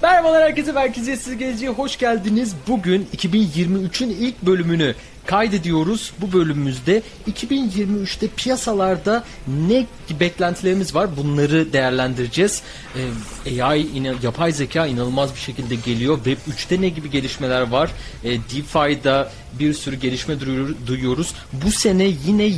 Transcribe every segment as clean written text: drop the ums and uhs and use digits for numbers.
Merhabalar herkese, Merkeziyetsiz Geleceğe hoş geldiniz. Bugün 2023'ün ilk bölümünü kaydediyoruz. Bu bölümümüzde 2023'te piyasalarda ne beklentilerimiz var, bunları değerlendireceğiz. AI, yapay zeka inanılmaz bir şekilde geliyor. Web 3'te ne gibi gelişmeler var? DeFi'da bir sürü gelişme duyuyoruz. Bu sene yine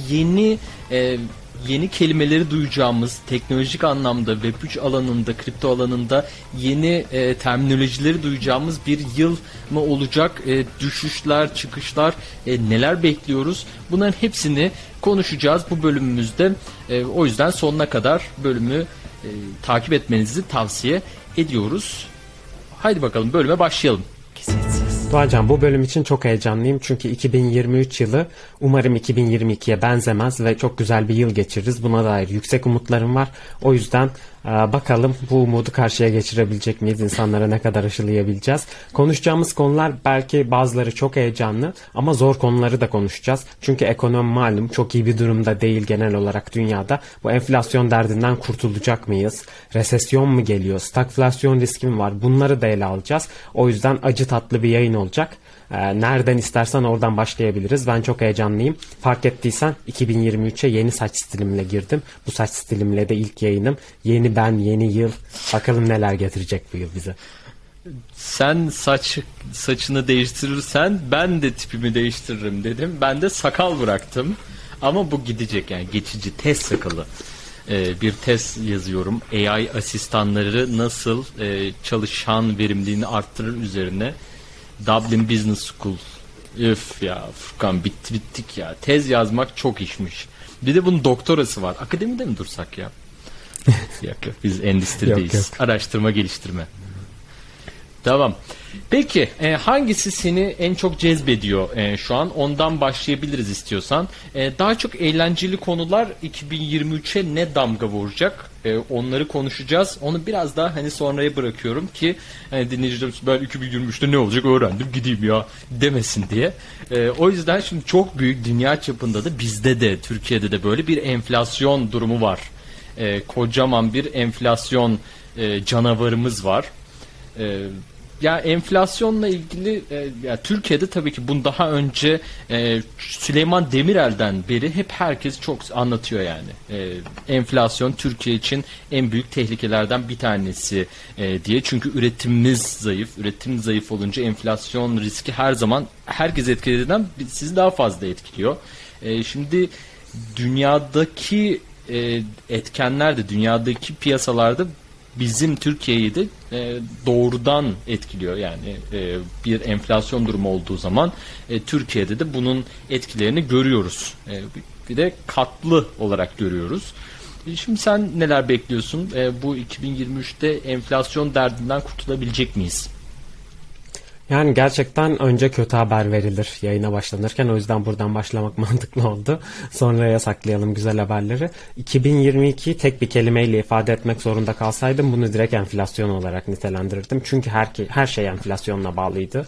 yeni kelimeleri duyacağımız, teknolojik anlamda, Web3 alanında, kripto alanında yeni terminolojileri duyacağımız bir yıl mı olacak? Düşüşler, çıkışlar, neler bekliyoruz? Bunların hepsini konuşacağız bu bölümümüzde. O yüzden sonuna kadar bölümü takip etmenizi tavsiye ediyoruz. Haydi bakalım bölüme başlayalım. Doğacan, bu bölüm için çok heyecanlıyım çünkü 2023 yılı umarım 2022'ye benzemez ve çok güzel bir yıl geçiririz. Buna dair yüksek umutlarım var. O yüzden bakalım bu umudu karşıya geçirebilecek miyiz? İnsanlara ne kadar aşılayabileceğiz? Konuşacağımız konular belki bazıları çok heyecanlı ama zor konuları da konuşacağız. Çünkü ekonomi malum çok iyi bir durumda değil genel olarak dünyada. Bu enflasyon derdinden kurtulacak mıyız? Resesyon mu geliyor? Stagflasyon riski mi var? Bunları da ele alacağız. O yüzden acı tatlı bir yayın olacak. Nereden istersen oradan başlayabiliriz. Ben çok heyecanlıyım. Fark ettiysen 2023'e yeni saç stilimle girdim. Bu saç stilimle de ilk yayınım. Yeni ben, yeni yıl. Bakalım neler getirecek bu yıl bize. Sen saçını değiştirirsen ben de tipimi değiştiririm dedim. Ben de sakal bıraktım. Ama bu gidecek, yani geçici test sakalı. Bir test yazıyorum. AI asistanları nasıl çalışan verimliliğini arttırır üzerine. Dublin Business School. Üf ya Furkan, bittik ya. Tez yazmak çok işmiş. Bir de bunun doktorası var. Akademide mi dursak ya? Yok biz endüstrideyiz. Yok. Araştırma geliştirme. Tamam. Peki hangisi seni en çok cezbediyor şu an? Ondan başlayabiliriz istiyorsan. Daha çok eğlenceli konular 2023'e ne damga vuracak? Onları konuşacağız. Onu biraz daha sonraya bırakıyorum ki dinleyicilerimiz ben 2023'te ne olacak öğrendim gideyim ya demesin diye. O yüzden şimdi çok büyük dünya çapında da bizde de Türkiye'de de böyle bir enflasyon durumu var. Kocaman bir enflasyon canavarımız var. Ya enflasyonla ilgili Türkiye'de tabii ki bunu daha önce Süleyman Demirel'den beri hep herkes çok anlatıyor yani. Enflasyon Türkiye için en büyük tehlikelerden bir tanesi diye. Çünkü üretimimiz zayıf. Üretim zayıf olunca enflasyon riski her zaman herkes etkilediğinden sizi daha fazla etkiliyor. Şimdi dünyadaki etkenler de, dünyadaki piyasalarda bizim Türkiye'yi de doğrudan etkiliyor. Yani bir enflasyon durumu olduğu zaman Türkiye'de de bunun etkilerini görüyoruz. Bir de katlı olarak görüyoruz. Şimdi sen neler bekliyorsun? Bu 2023'te enflasyon derdinden kurtulabilecek miyiz? Yani gerçekten önce kötü haber verilir yayına başlanırken. O yüzden buradan başlamak mantıklı oldu. Sonraya saklayalım güzel haberleri. 2022'yi tek bir kelimeyle ifade etmek zorunda kalsaydım bunu direkt enflasyon olarak nitelendirirdim. Çünkü her şey enflasyonla bağlıydı.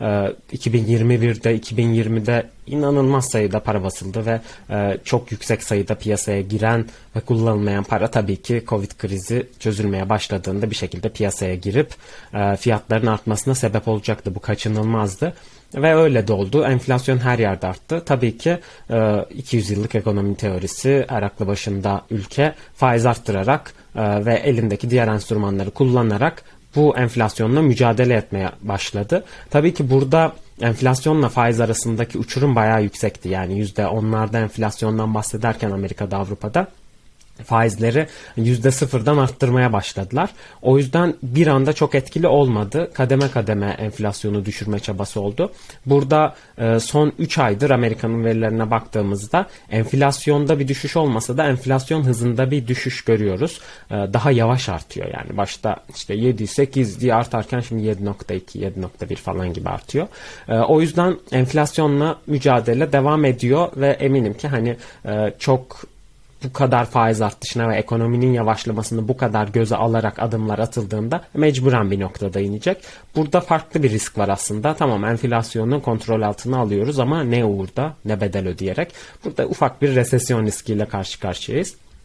2021'de, 2020'de inanılmaz sayıda para basıldı ve çok yüksek sayıda piyasaya giren ve kullanılmayan para tabii ki Covid krizi çözülmeye başladığında bir şekilde piyasaya girip fiyatların artmasına sebep olacaktı. Bu kaçınılmazdı. Ve öyle de oldu. Enflasyon her yerde arttı. Tabii ki 200 yıllık ekonomi teorisi, her aklı başında ülke faiz arttırarak ve elindeki diğer enstrümanları kullanarak bu enflasyonla mücadele etmeye başladı. Tabii ki burada enflasyonla faiz arasındaki uçurum bayağı yüksekti. Yani %10'larda enflasyondan bahsederken Amerika'da, Avrupa'da faizleri %0'dan arttırmaya başladılar. O yüzden bir anda çok etkili olmadı. Kademe kademe enflasyonu düşürme çabası oldu. Burada son 3 aydır Amerika'nın verilerine baktığımızda enflasyonda bir düşüş olmasa da enflasyon hızında bir düşüş görüyoruz. Daha yavaş artıyor yani. Başta 7-8 diye artarken şimdi 7.2, 7.1 falan gibi artıyor. O yüzden enflasyonla mücadele devam ediyor ve eminim ki çok bu kadar faiz artışına ve ekonominin yavaşlamasını bu kadar göze alarak adımlar atıldığında mecburen bir noktada inecek. Burada farklı bir risk var aslında. Tamam, enflasyonu kontrol altına alıyoruz ama ne uğurda ne bedel ödeyerek. Burada ufak bir resesyon riskiyle karşı karşıyayız.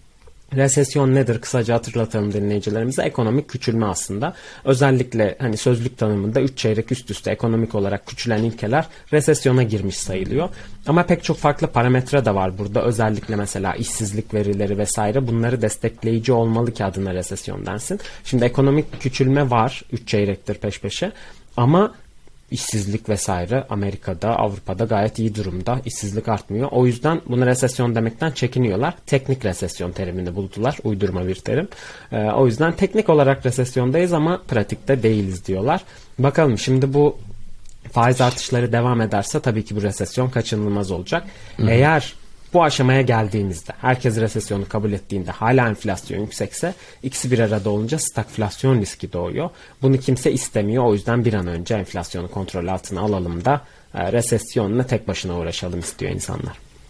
Resesyon nedir? Kısaca hatırlatalım dinleyicilerimize. Ekonomik küçülme aslında. Özellikle hani sözlük tanımında 3 çeyrek üst üste ekonomik olarak küçülen ülkeler resesyona girmiş sayılıyor. Ama pek çok farklı parametre de var burada. Özellikle mesela işsizlik verileri vesaire, bunları destekleyici olmalı ki adına resesyon densin. Şimdi ekonomik küçülme var 3 çeyrektir peş peşe. Ama işsizlik vesaire Amerika'da, Avrupa'da gayet iyi durumda. İşsizlik artmıyor. O yüzden bunu resesyon demekten çekiniyorlar. Teknik resesyon terimini buldular. Uydurma bir terim. O yüzden teknik olarak resesyondayız ama pratikte değiliz diyorlar. Bakalım şimdi bu faiz artışları devam ederse tabii ki bu resesyon kaçınılmaz olacak. Eğer bu aşamaya geldiğimizde, herkes resesyonu kabul ettiğinde hala enflasyon yüksekse, ikisi bir arada olunca stagflasyon riski doğuyor. Bunu kimse istemiyor. O yüzden bir an önce enflasyonu kontrol altına alalım da resesyonla tek başına uğraşalım istiyor insanlar.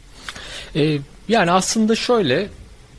Yani aslında şöyle,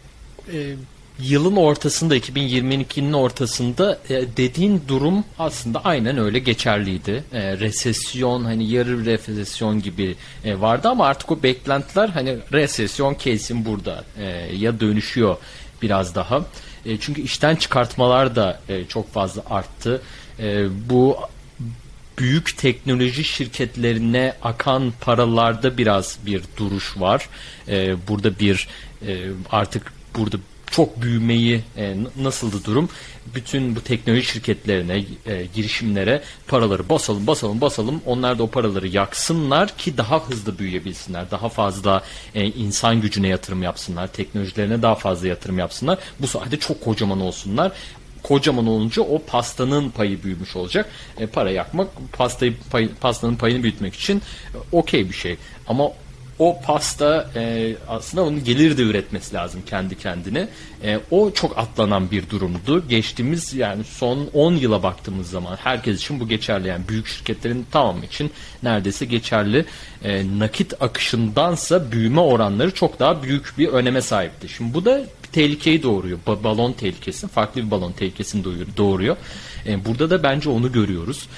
yılın ortasında, 2022'nin ortasında dediğin durum aslında aynen öyle geçerliydi. Resesyon, hani yarı resesyon gibi vardı ama artık o beklentiler, hani resesyon kesin burada ya dönüşüyor biraz daha. Çünkü işten çıkartmalar da çok fazla arttı. Bu büyük teknoloji şirketlerine akan paralarda biraz bir duruş var. Burada bir artık burada çok büyümeyi nasıldı durum? Bütün bu teknoloji şirketlerine, girişimlere paraları basalım. Onlar da o paraları yaksınlar ki daha hızlı büyüyebilsinler. Daha fazla insan gücüne yatırım yapsınlar. Teknolojilerine daha fazla yatırım yapsınlar. Bu sayede çok kocaman olsunlar. Kocaman olunca o pastanın payı büyümüş olacak. Para yakmak, pastanın payını büyütmek için okey bir şey. Ama o pasta aslında onun gelir de üretmesi lazım kendi kendine. O çok atlanan bir durumdu. Geçtiğimiz, yani son 10 yıla baktığımız zaman herkes için bu geçerli. Yani büyük şirketlerin tamamı için neredeyse geçerli. Nakit akışındansa büyüme oranları çok daha büyük bir öneme sahipti. Şimdi bu da bir tehlikeyi doğuruyor. Balon tehlikesi, farklı bir balon tehlikesini doğuruyor. Burada da bence onu görüyoruz.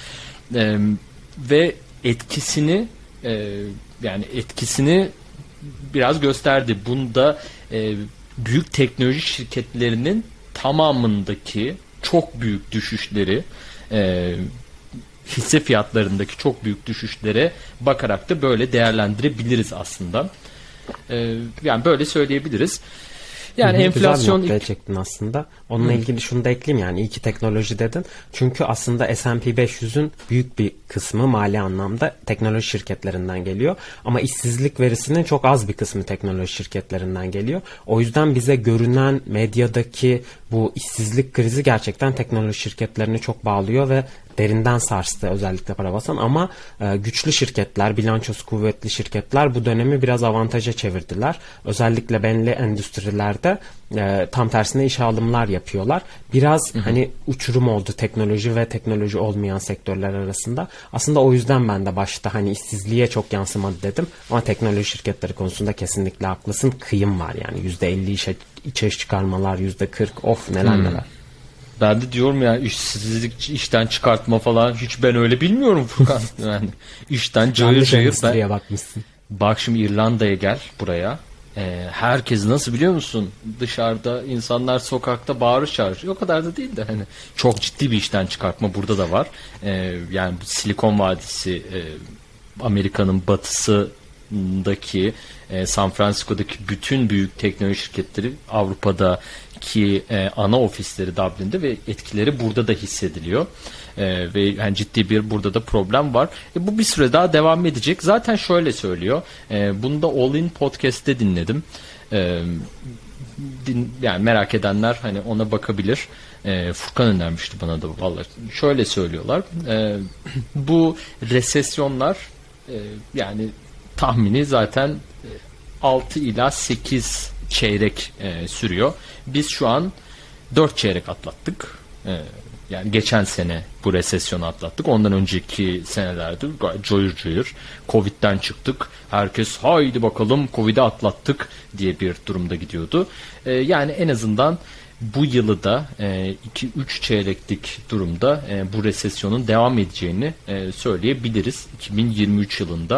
Ve etkisini biraz gösterdi. Bunda büyük teknoloji şirketlerinin tamamındaki çok büyük düşüşleri, hisse fiyatlarındaki çok büyük düşüşlere bakarak da böyle değerlendirebiliriz aslında. Yani böyle söyleyebiliriz. Yani enflasyon... Güzel bir noktaya çektin aslında. Onunla ilgili şunu da ekleyeyim, yani iyi ki teknoloji dedin. Çünkü aslında S&P 500'ün büyük bir kısmı mali anlamda teknoloji şirketlerinden geliyor. Ama işsizlik verisinin çok az bir kısmı teknoloji şirketlerinden geliyor. O yüzden bize görünen medyadaki bu işsizlik krizi gerçekten teknoloji şirketlerini çok bağlıyor ve derinden sarstı özellikle para basan, ama güçlü şirketler, bilançosu kuvvetli şirketler bu dönemi biraz avantaja çevirdiler. Özellikle belli endüstrilerde tam tersine işe alımlar yapıyorlar. Biraz hani uçurum oldu teknoloji ve teknoloji olmayan sektörler arasında. Aslında o yüzden ben de başta hani işsizliğe çok yansımadı dedim. Ama teknoloji şirketleri konusunda kesinlikle haklısın. Kıyım var yani. %50 içe çıkarmalar, %40, of neler. Ben de diyorum ya, işsizlik, işten çıkartma falan, hiç ben öyle bilmiyorum Furkan. Yani işten cayır. Bakmışsın. Bak şimdi İrlanda'ya gel, buraya. Herkes nasıl biliyor musun? Dışarıda insanlar sokakta bağırır çağırır. O kadar da değil de hani çok ciddi bir işten çıkartma burada da var. Yani bu Silikon Vadisi, Amerika'nın batısındaki, San Francisco'daki bütün büyük teknoloji şirketleri, Avrupa'daki ana ofisleri Dublin'de ve etkileri burada da hissediliyor. Ve yani ciddi bir burada da problem var. Bu bir süre daha devam edecek. Zaten şöyle söylüyor. Bunu da All In Podcast'te dinledim. Yani merak edenler hani ona bakabilir. Furkan önermişti bana da vallahi. Şöyle söylüyorlar. Bu resesyonlar yani tahmini zaten 6 ila 8 çeyrek sürüyor. Biz şu an 4 çeyrek atlattık. Yani geçen sene bu resesyonu atlattık. Ondan önceki senelerde cayır. Covid'den çıktık. Herkes haydi bakalım Covid'i atlattık diye bir durumda gidiyordu. Yani en azından bu yılı da 2-3 çeyreklik durumda bu resesyonun devam edeceğini söyleyebiliriz 2023 yılında.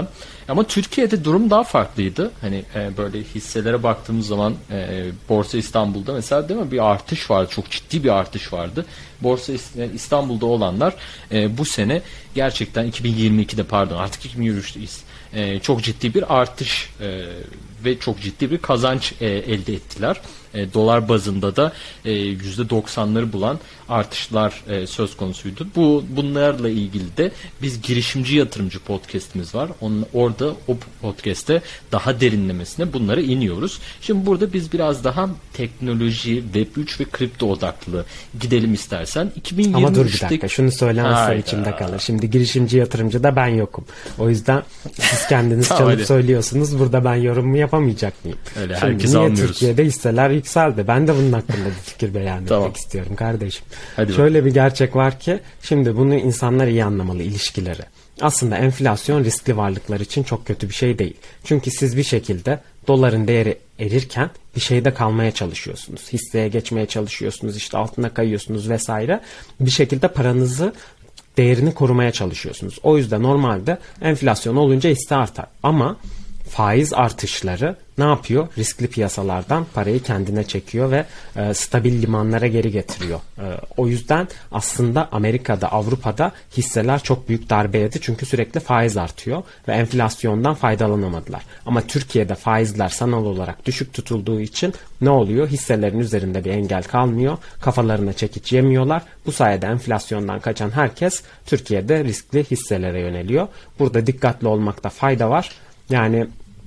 Ama Türkiye'de durum daha farklıydı. Hani böyle hisselere baktığımız zaman Borsa İstanbul'da mesela değil mi bir artış vardı. Çok ciddi bir artış vardı. Borsa İstanbul'da olanlar bu sene gerçekten 2022'de pardon artık 2023'teyiz. Çok ciddi bir artış ve çok ciddi bir kazanç elde ettiler. Dolar bazında da %90'ları bulan artışlar söz konusuydu. Bunlarla ilgili de biz girişimci yatırımcı podcast'imiz var. Orada o podcast'te daha derinlemesine bunlara iniyoruz. Şimdi burada biz biraz daha teknoloji, Web3 ve kripto odaklı gidelim istersen. 2023'te... Ama dur bir dakika, şunu söylemezsen içimde kalır. Şimdi girişimci yatırımcı da ben yokum. O yüzden siz kendiniz Tamam, çalıp hadi. söylüyorsunuz. Burada ben yorumumu yapamayacak mıyım? Öyle Şimdi herkese niye anlıyoruz. Türkiye'de hisseler yükseldi? Ben de bunun hakkında bir fikir beyan Tamam. etmek istiyorum kardeşim. Hadi Şöyle bir gerçek var ki şimdi bunu insanlar iyi anlamalı, ilişkileri. Aslında enflasyon riskli varlıklar için çok kötü bir şey değil. Çünkü siz bir şekilde doların değeri erirken bir şeyde kalmaya çalışıyorsunuz. Hisseye geçmeye çalışıyorsunuz, işte altına kayıyorsunuz vesaire. Bir şekilde paranızı değerini korumaya çalışıyorsunuz. O yüzden normalde enflasyon olunca hisse artar. Ama faiz artışları ne yapıyor? Riskli piyasalardan parayı kendine çekiyor ve stabil limanlara geri getiriyor. O yüzden aslında Amerika'da, Avrupa'da hisseler çok büyük darbe yedi. Çünkü sürekli faiz artıyor ve enflasyondan faydalanamadılar. Ama Türkiye'de faizler sanal olarak düşük tutulduğu için ne oluyor? Hisselerin üzerinde bir engel kalmıyor. Kafalarına çekiç yemiyorlar. Bu sayede enflasyondan kaçan herkes Türkiye'de riskli hisselere yöneliyor. Burada dikkatli olmakta fayda var. Yani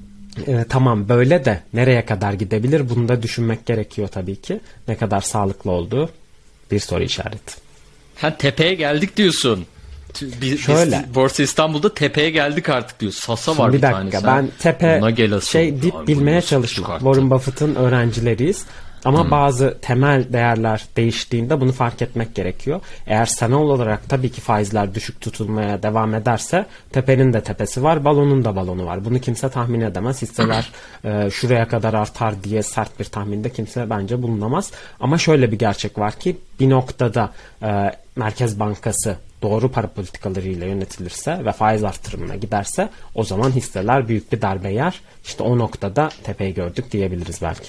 tamam böyle de nereye kadar gidebilir bunu da düşünmek gerekiyor tabii ki. Ne kadar sağlıklı olduğu bir soru işareti. Ha, tepeye geldik diyorsun. Şöyle. Biz Borsa İstanbul'da tepeye geldik artık diyor. Sasa var Bir bir dakika tane. ben tepe dip Abi, bilmeye nasıl çalışma. çıkarttın? Warren Buffett'ın öğrencileriyiz. Ama bazı temel değerler değiştiğinde bunu fark etmek gerekiyor. Eğer sanal olarak tabii ki faizler düşük tutulmaya devam ederse tepenin de tepesi var, balonun da balonu var. Bunu kimse tahmin edemez. Hisseler şuraya kadar artar diye sert bir tahminde kimse bence bulunamaz. Ama şöyle bir gerçek var ki bir noktada Merkez Bankası doğru para politikalarıyla yönetilirse ve faiz artırımına giderse o zaman hisseler büyük bir darbe yer. İşte o noktada tepeyi gördük diyebiliriz belki.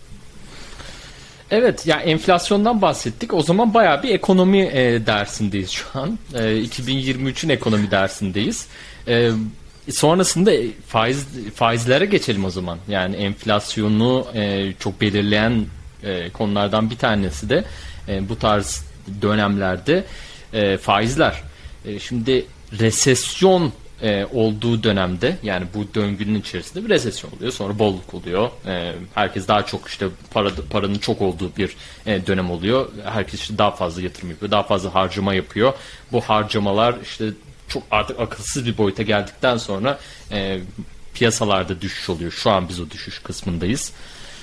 Evet, ya enflasyondan bahsettik. O zaman bayağı bir ekonomi dersindeyiz şu an. 2023'ün ekonomi dersindeyiz. Sonrasında faizlere geçelim o zaman. Yani enflasyonu çok belirleyen konulardan bir tanesi de bu tarz dönemlerde faizler. Şimdi resesyon olduğu dönemde, yani bu döngünün içerisinde bir resesyon oluyor, sonra bolluk oluyor, herkes daha çok işte paranın çok olduğu bir dönem oluyor, herkes işte daha fazla yatırım yapıyor, daha fazla harcama yapıyor, bu harcamalar işte çok artık akılsız bir boyuta geldikten sonra piyasalarda düşüş oluyor. Şu an biz o düşüş kısmındayız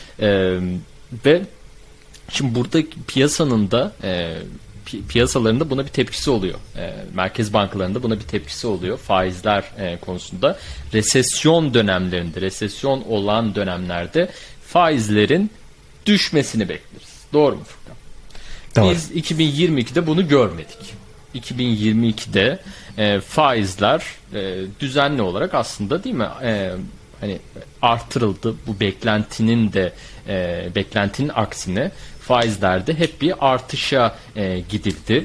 ve şimdi burada piyasanın da piyasalarında buna bir tepkisi oluyor. Merkez bankalarında buna bir tepkisi oluyor. Faizler konusunda. Resesyon dönemlerinde, resesyon olan dönemlerde faizlerin düşmesini bekleriz. Doğru mu Furkan? Doğru. Biz 2022'de bunu görmedik. 2022'de faizler düzenli olarak aslında değil mi? Hani artırıldı. Bu beklentinin aksine faizlerde hep bir artışa gidildi.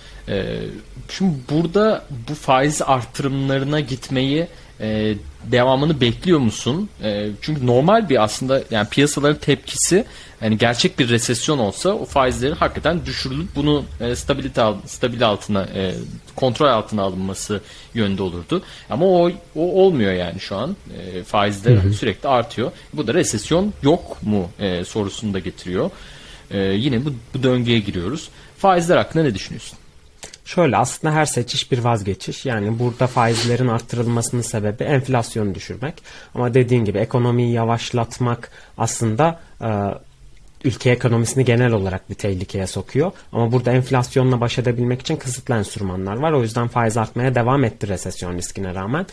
Şimdi burada bu faiz artırımlarına gitmeyi devamını bekliyor musun? Çünkü normal bir aslında yani piyasaların tepkisi, yani gerçek bir resesyon olsa o faizlerin hakikaten düşürülüp bunu stabil altına kontrol altına alınması yönünde olurdu. Ama o olmuyor yani şu an. Faizler sürekli artıyor. Bu da resesyon yok mu sorusunu da getiriyor. Yine bu döngüye giriyoruz. Faizler hakkında ne düşünüyorsun? Şöyle, aslında her seçiş bir vazgeçiş. Yani burada faizlerin arttırılmasının sebebi enflasyonu düşürmek. Ama dediğin gibi ekonomiyi yavaşlatmak aslında ülke ekonomisini genel olarak bir tehlikeye sokuyor. Ama burada enflasyonla baş edebilmek için kısıtlı enstrümanlar var. O yüzden faiz artmaya devam etti resesyon riskine rağmen.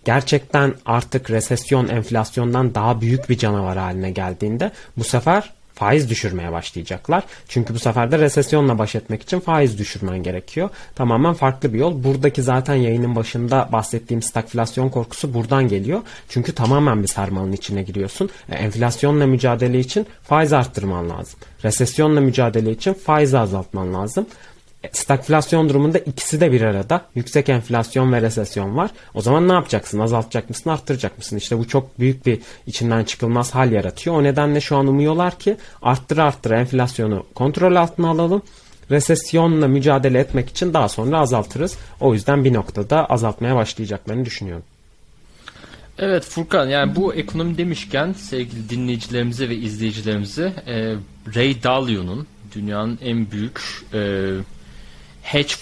Gerçekten artık resesyon enflasyondan daha büyük bir canavar haline geldiğinde bu sefer faiz düşürmeye başlayacaklar. Çünkü bu sefer de resesyonla baş etmek için faiz düşürmen gerekiyor. Tamamen farklı bir yol. Buradaki zaten yayının başında bahsettiğim stagflasyon korkusu buradan geliyor. Çünkü tamamen bir sarmalın içine giriyorsun. Enflasyonla mücadele için faiz arttırman lazım. Resesyonla mücadele için faizi azaltman lazım. Stagflasyon durumunda ikisi de bir arada. Yüksek enflasyon ve resesyon var. O zaman ne yapacaksın? Azaltacak mısın? Arttıracak mısın? İşte bu çok büyük bir içinden çıkılmaz hal yaratıyor. O nedenle şu an umuyorlar ki arttıra enflasyonu kontrol altına alalım. Resesyonla mücadele etmek için daha sonra azaltırız. O yüzden bir noktada azaltmaya başlayacaklarını düşünüyorum. Evet Furkan, yani bu ekonomi demişken sevgili dinleyicilerimize ve izleyicilerimize Ray Dalio'nun, dünyanın en büyük hedge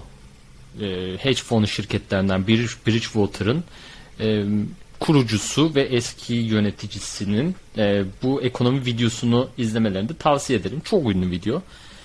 fonu şirketlerinden Bridgewater'ın kurucusu ve eski yöneticisinin bu ekonomi videosunu izlemelerini de tavsiye ederim. Çok ünlü video.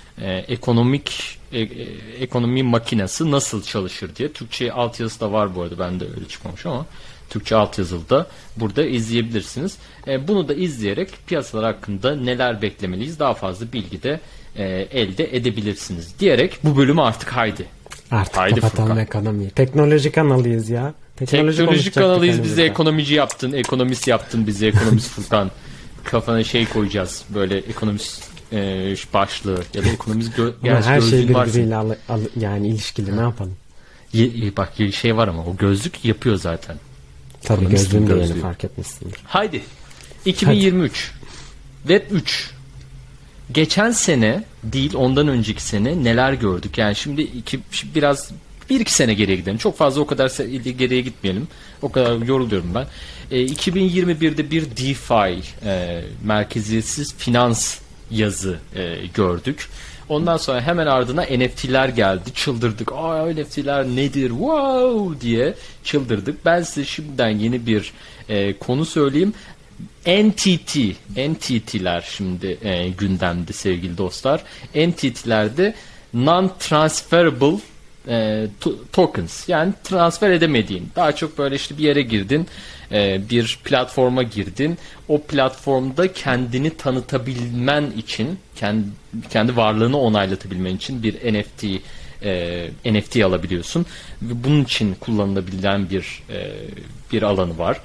Ekonomi makinesi nasıl çalışır diye. Türkçe altyazısı da var bu arada. Ben de öyle çıkmamış ama Türkçe altyazılı da burada izleyebilirsiniz. Bunu da izleyerek piyasalar hakkında neler beklemeliyiz, daha fazla bilgi de elde edebilirsiniz diyerek bu bölümü artık haydi Kapatalım Furkan. ekonomiyi. Teknoloji kanalıyız ya. Teknoloji kanalıyız, bizi ekonomici yaptın, ekonomist yaptın bizi, ekonomist Furkan. Kafana şey koyacağız, böyle ekonomist başlığı ya da ekonomist her şey gözlüğün varsa. birbiriyle yani ilişkili, ne yapalım? Bak şey var ama o gözlük yapıyor zaten. Tabii gözlüğüm de yeni fark etmişsindir. Haydi 2023 Web 3. Geçen sene değil, ondan önceki sene neler gördük? Yani şimdi biraz 1-2 sene geriye gidelim. Çok fazla o kadar geriye gitmeyelim. O kadar yoruluyorum ben. 2021'de bir DeFi merkeziyetsiz finans yazı gördük. Ondan sonra hemen ardına NFT'ler geldi. Çıldırdık. NFT'ler nedir? Wow diye çıldırdık. Ben size şimdiden yeni bir konu söyleyeyim. NTT'ler şimdi gündemde sevgili dostlar. NTT'lerde non-transferable tokens, yani transfer edemediğin, daha çok böyle işte bir yere girdin, bir platforma girdin, o platformda kendini tanıtabilmen için, kendi varlığını onaylatabilmen için bir NFT alabiliyorsun ve bunun için kullanılabilen bir alanı var.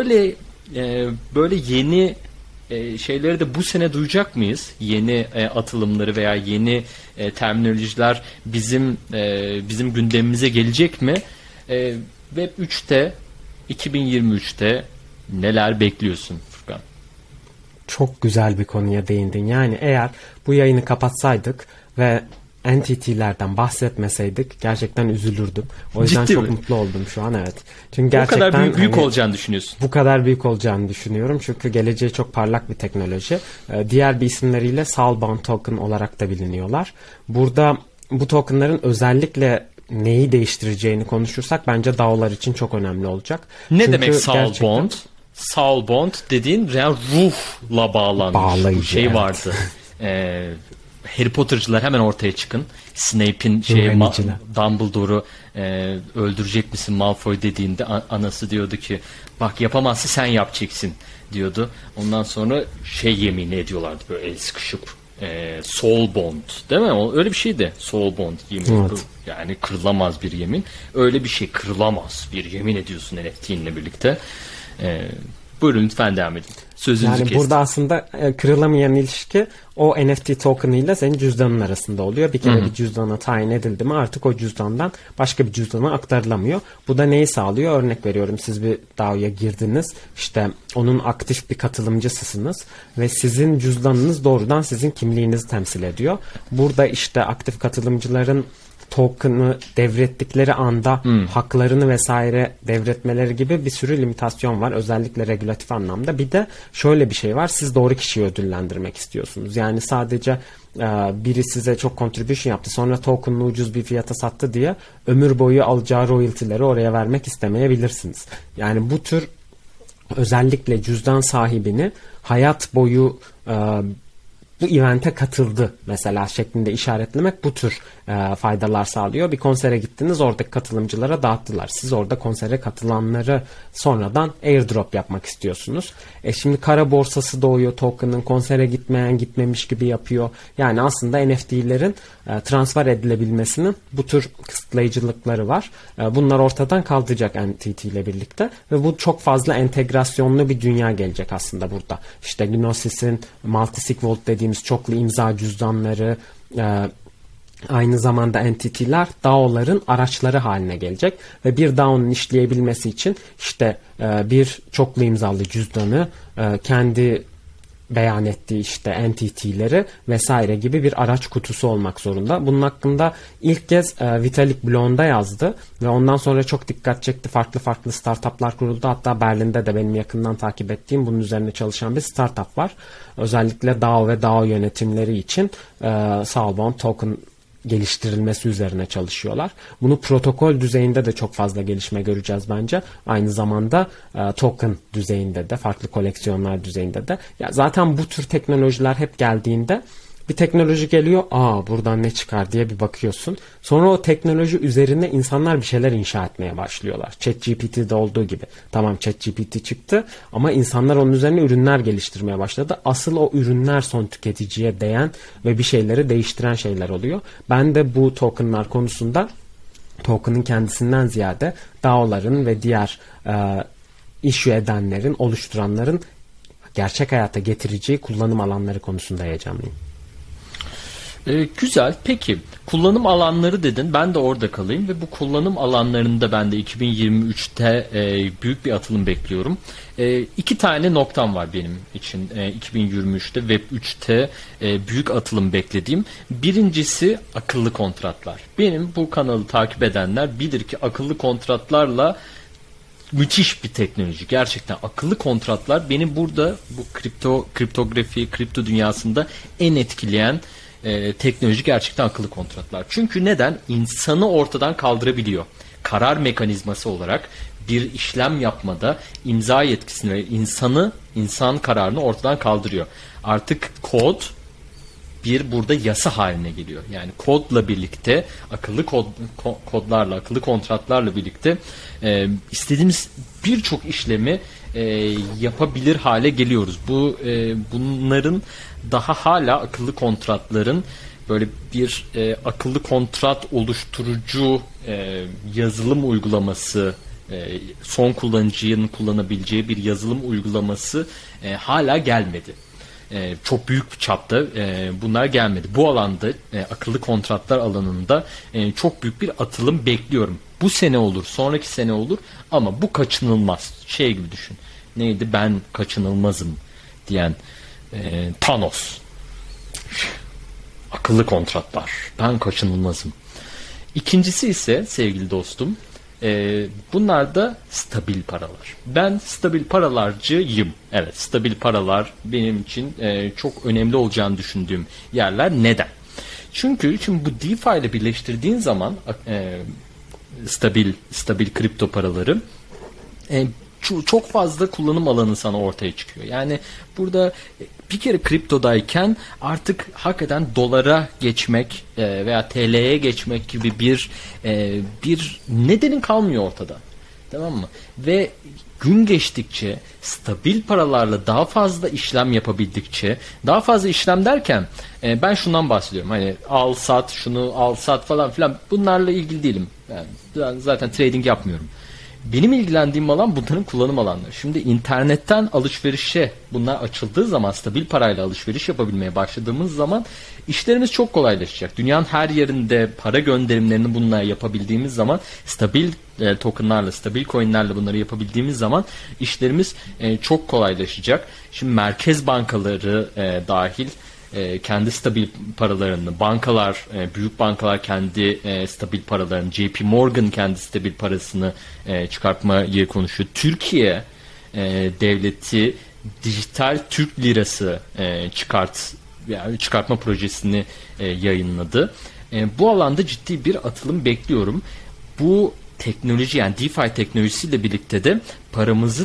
Böyle yeni şeyleri de bu sene duyacak mıyız? Yeni atılımları veya yeni terminolojiler bizim gündemimize gelecek mi? Web 3'te 2023'te neler bekliyorsun Furkan? Çok güzel bir konuya değindin. Yani eğer bu yayını kapatsaydık ve NTT'lerden bahsetmeseydik gerçekten üzülürdüm. O yüzden Ciddi çok mi? mutlu oldum şu an, evet. Çünkü gerçekten bu kadar büyük olacağını düşünüyorsun. Bu kadar büyük olacağını düşünüyorum. Çünkü geleceği çok parlak bir teknoloji. Diğer bir isimleriyle Soulbound Token olarak da biliniyorlar. Burada bu tokenların özellikle neyi değiştireceğini konuşursak bence DAO'lar için çok önemli olacak. Ne Çünkü demek Soulbound? Soulbound dediğin yani ruhla bağlanmış bağlayıcı, bir şey evet. vardı. Harry Potter'cılar hemen ortaya çıkın. Snape'in Dumbledore'u öldürecek misin Malfoy dediğinde anası diyordu ki bak yapamazsa sen yapacaksın diyordu. Ondan sonra yemin ediyorlardı böyle el sıkışıp Soulbound değil mi? Öyle bir şeydi. Soulbound yemin. Evet. Yani kırılamaz bir yemin. Öyle bir şey, kırılamaz bir yemin ediyorsun NFT'inle birlikte. Buyurun lütfen devam edin. Sözünüzü kestim. Burada aslında kırılamayan ilişki o NFT token ile senin cüzdanın arasında oluyor. Bir kere bir cüzdana tayin edildi mi artık o cüzdandan başka bir cüzdana aktarılamıyor. Bu da neyi sağlıyor? Örnek veriyorum, siz bir DAO'ya girdiniz. İşte onun aktif bir katılımcısısınız ve sizin cüzdanınız doğrudan sizin kimliğinizi temsil ediyor. Burada işte aktif katılımcıların token'ı devrettikleri anda haklarını vesaire devretmeleri gibi bir sürü limitasyon var. Özellikle regülatif anlamda. Bir de şöyle bir şey var. Siz doğru kişiyi ödüllendirmek istiyorsunuz. Yani sadece biri size çok contribution yaptı, sonra token'ını ucuz bir fiyata sattı diye ömür boyu alacağı royalty'leri oraya vermek istemeyebilirsiniz. Yani bu tür özellikle cüzdan sahibini hayat boyu bu event'e katıldı mesela şeklinde işaretlemek bu tür faydalar sağlıyor. Bir konsere gittiniz, oradaki katılımcılara dağıttılar. Siz orada konsere katılanları sonradan airdrop yapmak istiyorsunuz. Şimdi kara borsası doğuyor token'ın, konsere gitmeyen gitmemiş gibi yapıyor. Yani aslında NFT'lerin transfer edilebilmesinin bu tür kısıtlayıcılıkları var. Bunlar ortadan kaldıracak NFT ile birlikte ve bu çok fazla entegrasyonlu bir dünya gelecek aslında burada. İşte Gnosis'in multisig vault dediğimiz çoklu imza cüzdanları, aynı zamanda entity'ler DAO'ların araçları haline gelecek ve bir DAO'nun işleyebilmesi için işte bir çoklu imzalı cüzdanı, kendi beyan ettiği işte entity'leri vesaire gibi bir araç kutusu olmak zorunda. Bunun hakkında ilk kez Vitalik blogunda yazdı ve ondan sonra çok dikkat çekti. Farklı startuplar kuruldu. Hatta Berlin'de de benim yakından takip ettiğim bunun üzerine çalışan bir startup var. Özellikle DAO ve DAO yönetimleri için Soulbound token geliştirilmesi üzerine çalışıyorlar. Bunu protokol düzeyinde de çok fazla gelişme göreceğiz bence. Aynı zamanda token düzeyinde de, farklı koleksiyonlar düzeyinde de. Ya zaten bu tür teknolojiler hep geldiğinde bir teknoloji geliyor, buradan ne çıkar diye bir bakıyorsun. Sonra o teknoloji üzerine insanlar bir şeyler inşa etmeye başlıyorlar. ChatGPT'de olduğu gibi. Tamam, ChatGPT çıktı ama insanlar onun üzerine ürünler geliştirmeye başladı. Asıl o ürünler son tüketiciye değen ve bir şeyleri değiştiren şeyler oluyor. Ben de bu tokenlar konusunda token'ın kendisinden ziyade DAO'ların ve diğer issue edenlerin, oluşturanların gerçek hayata getireceği kullanım alanları konusunda heyecanlıyım. Güzel. Peki kullanım alanları dedin. Ben de orada kalayım ve bu kullanım alanlarında ben de 2023'te büyük bir atılım bekliyorum. İki tane noktam var benim için 2023'te Web3'te büyük atılım beklediğim. Birincisi akıllı kontratlar. Benim bu kanalı takip edenler bilir ki akıllı kontratlarla müthiş bir teknoloji. Gerçekten akıllı kontratlar beni burada bu kriptografi, kripto dünyasında en etkileyen teknoloji gerçekten akıllı kontratlar. Çünkü neden? İnsanı ortadan kaldırabiliyor. Karar mekanizması olarak bir işlem yapmada imza yetkisini ve insan kararını ortadan kaldırıyor. Artık kod bir burada yasa haline geliyor. Yani kodla birlikte, akıllı kodlarla, akıllı kontratlarla birlikte istediğimiz birçok işlemi yapabilir hale geliyoruz. Bunların daha hala akıllı kontratların böyle bir akıllı kontrat oluşturucu yazılım uygulaması, son kullanıcının kullanabileceği bir yazılım uygulaması hala gelmedi. Çok büyük bir çapta bunlar gelmedi. Bu alanda akıllı kontratlar alanında çok büyük bir atılım bekliyorum. Bu sene olur, sonraki sene olur ama bu kaçınılmaz. Şey gibi düşün. Neydi? Ben kaçınılmazım diyen Thanos. Akıllı kontratlar. Ben kaçınılmazım. İkincisi ise sevgili dostum, bunlar da stabil paralar. Ben stabil paralarcıyım. Evet, stabil paralar benim için çok önemli olacağını düşündüğüm yerler. Neden? Çünkü şimdi bu DeFi ile birleştirdiğin zaman stabil kripto paraları çok fazla kullanım alanı sana ortaya çıkıyor. Yani burada bir kere kriptodayken artık hakikaten dolara geçmek veya TL'ye geçmek gibi bir nedenin kalmıyor ortada. Tamam mı? Ve gün geçtikçe stabil paralarla daha fazla işlem yapabildikçe, daha fazla işlem derken ben şundan bahsediyorum. Hani al sat, şunu al sat falan filan, bunlarla ilgili değilim. Yani ben zaten trading yapmıyorum. Benim ilgilendiğim alan bunların kullanım alanları. Şimdi internetten alışverişe bunlar açıldığı zaman, stabil parayla alışveriş yapabilmeye başladığımız zaman işlerimiz çok kolaylaşacak. Dünyanın her yerinde para gönderimlerini bununla yapabildiğimiz zaman, stabil tokenlarla, stabil coinlerle bunları yapabildiğimiz zaman işlerimiz çok kolaylaşacak. Şimdi merkez bankaları dahil kendi stabil paralarını, bankalar, büyük bankalar kendi stabil paralarını, JP Morgan kendi stabil parasını çıkartmayı konuşuyor. Türkiye devleti dijital Türk lirası çıkartma projesini yayınladı. Bu alanda ciddi bir atılım bekliyorum. Bu teknoloji, yani DeFi teknolojisiyle birlikte de paramızı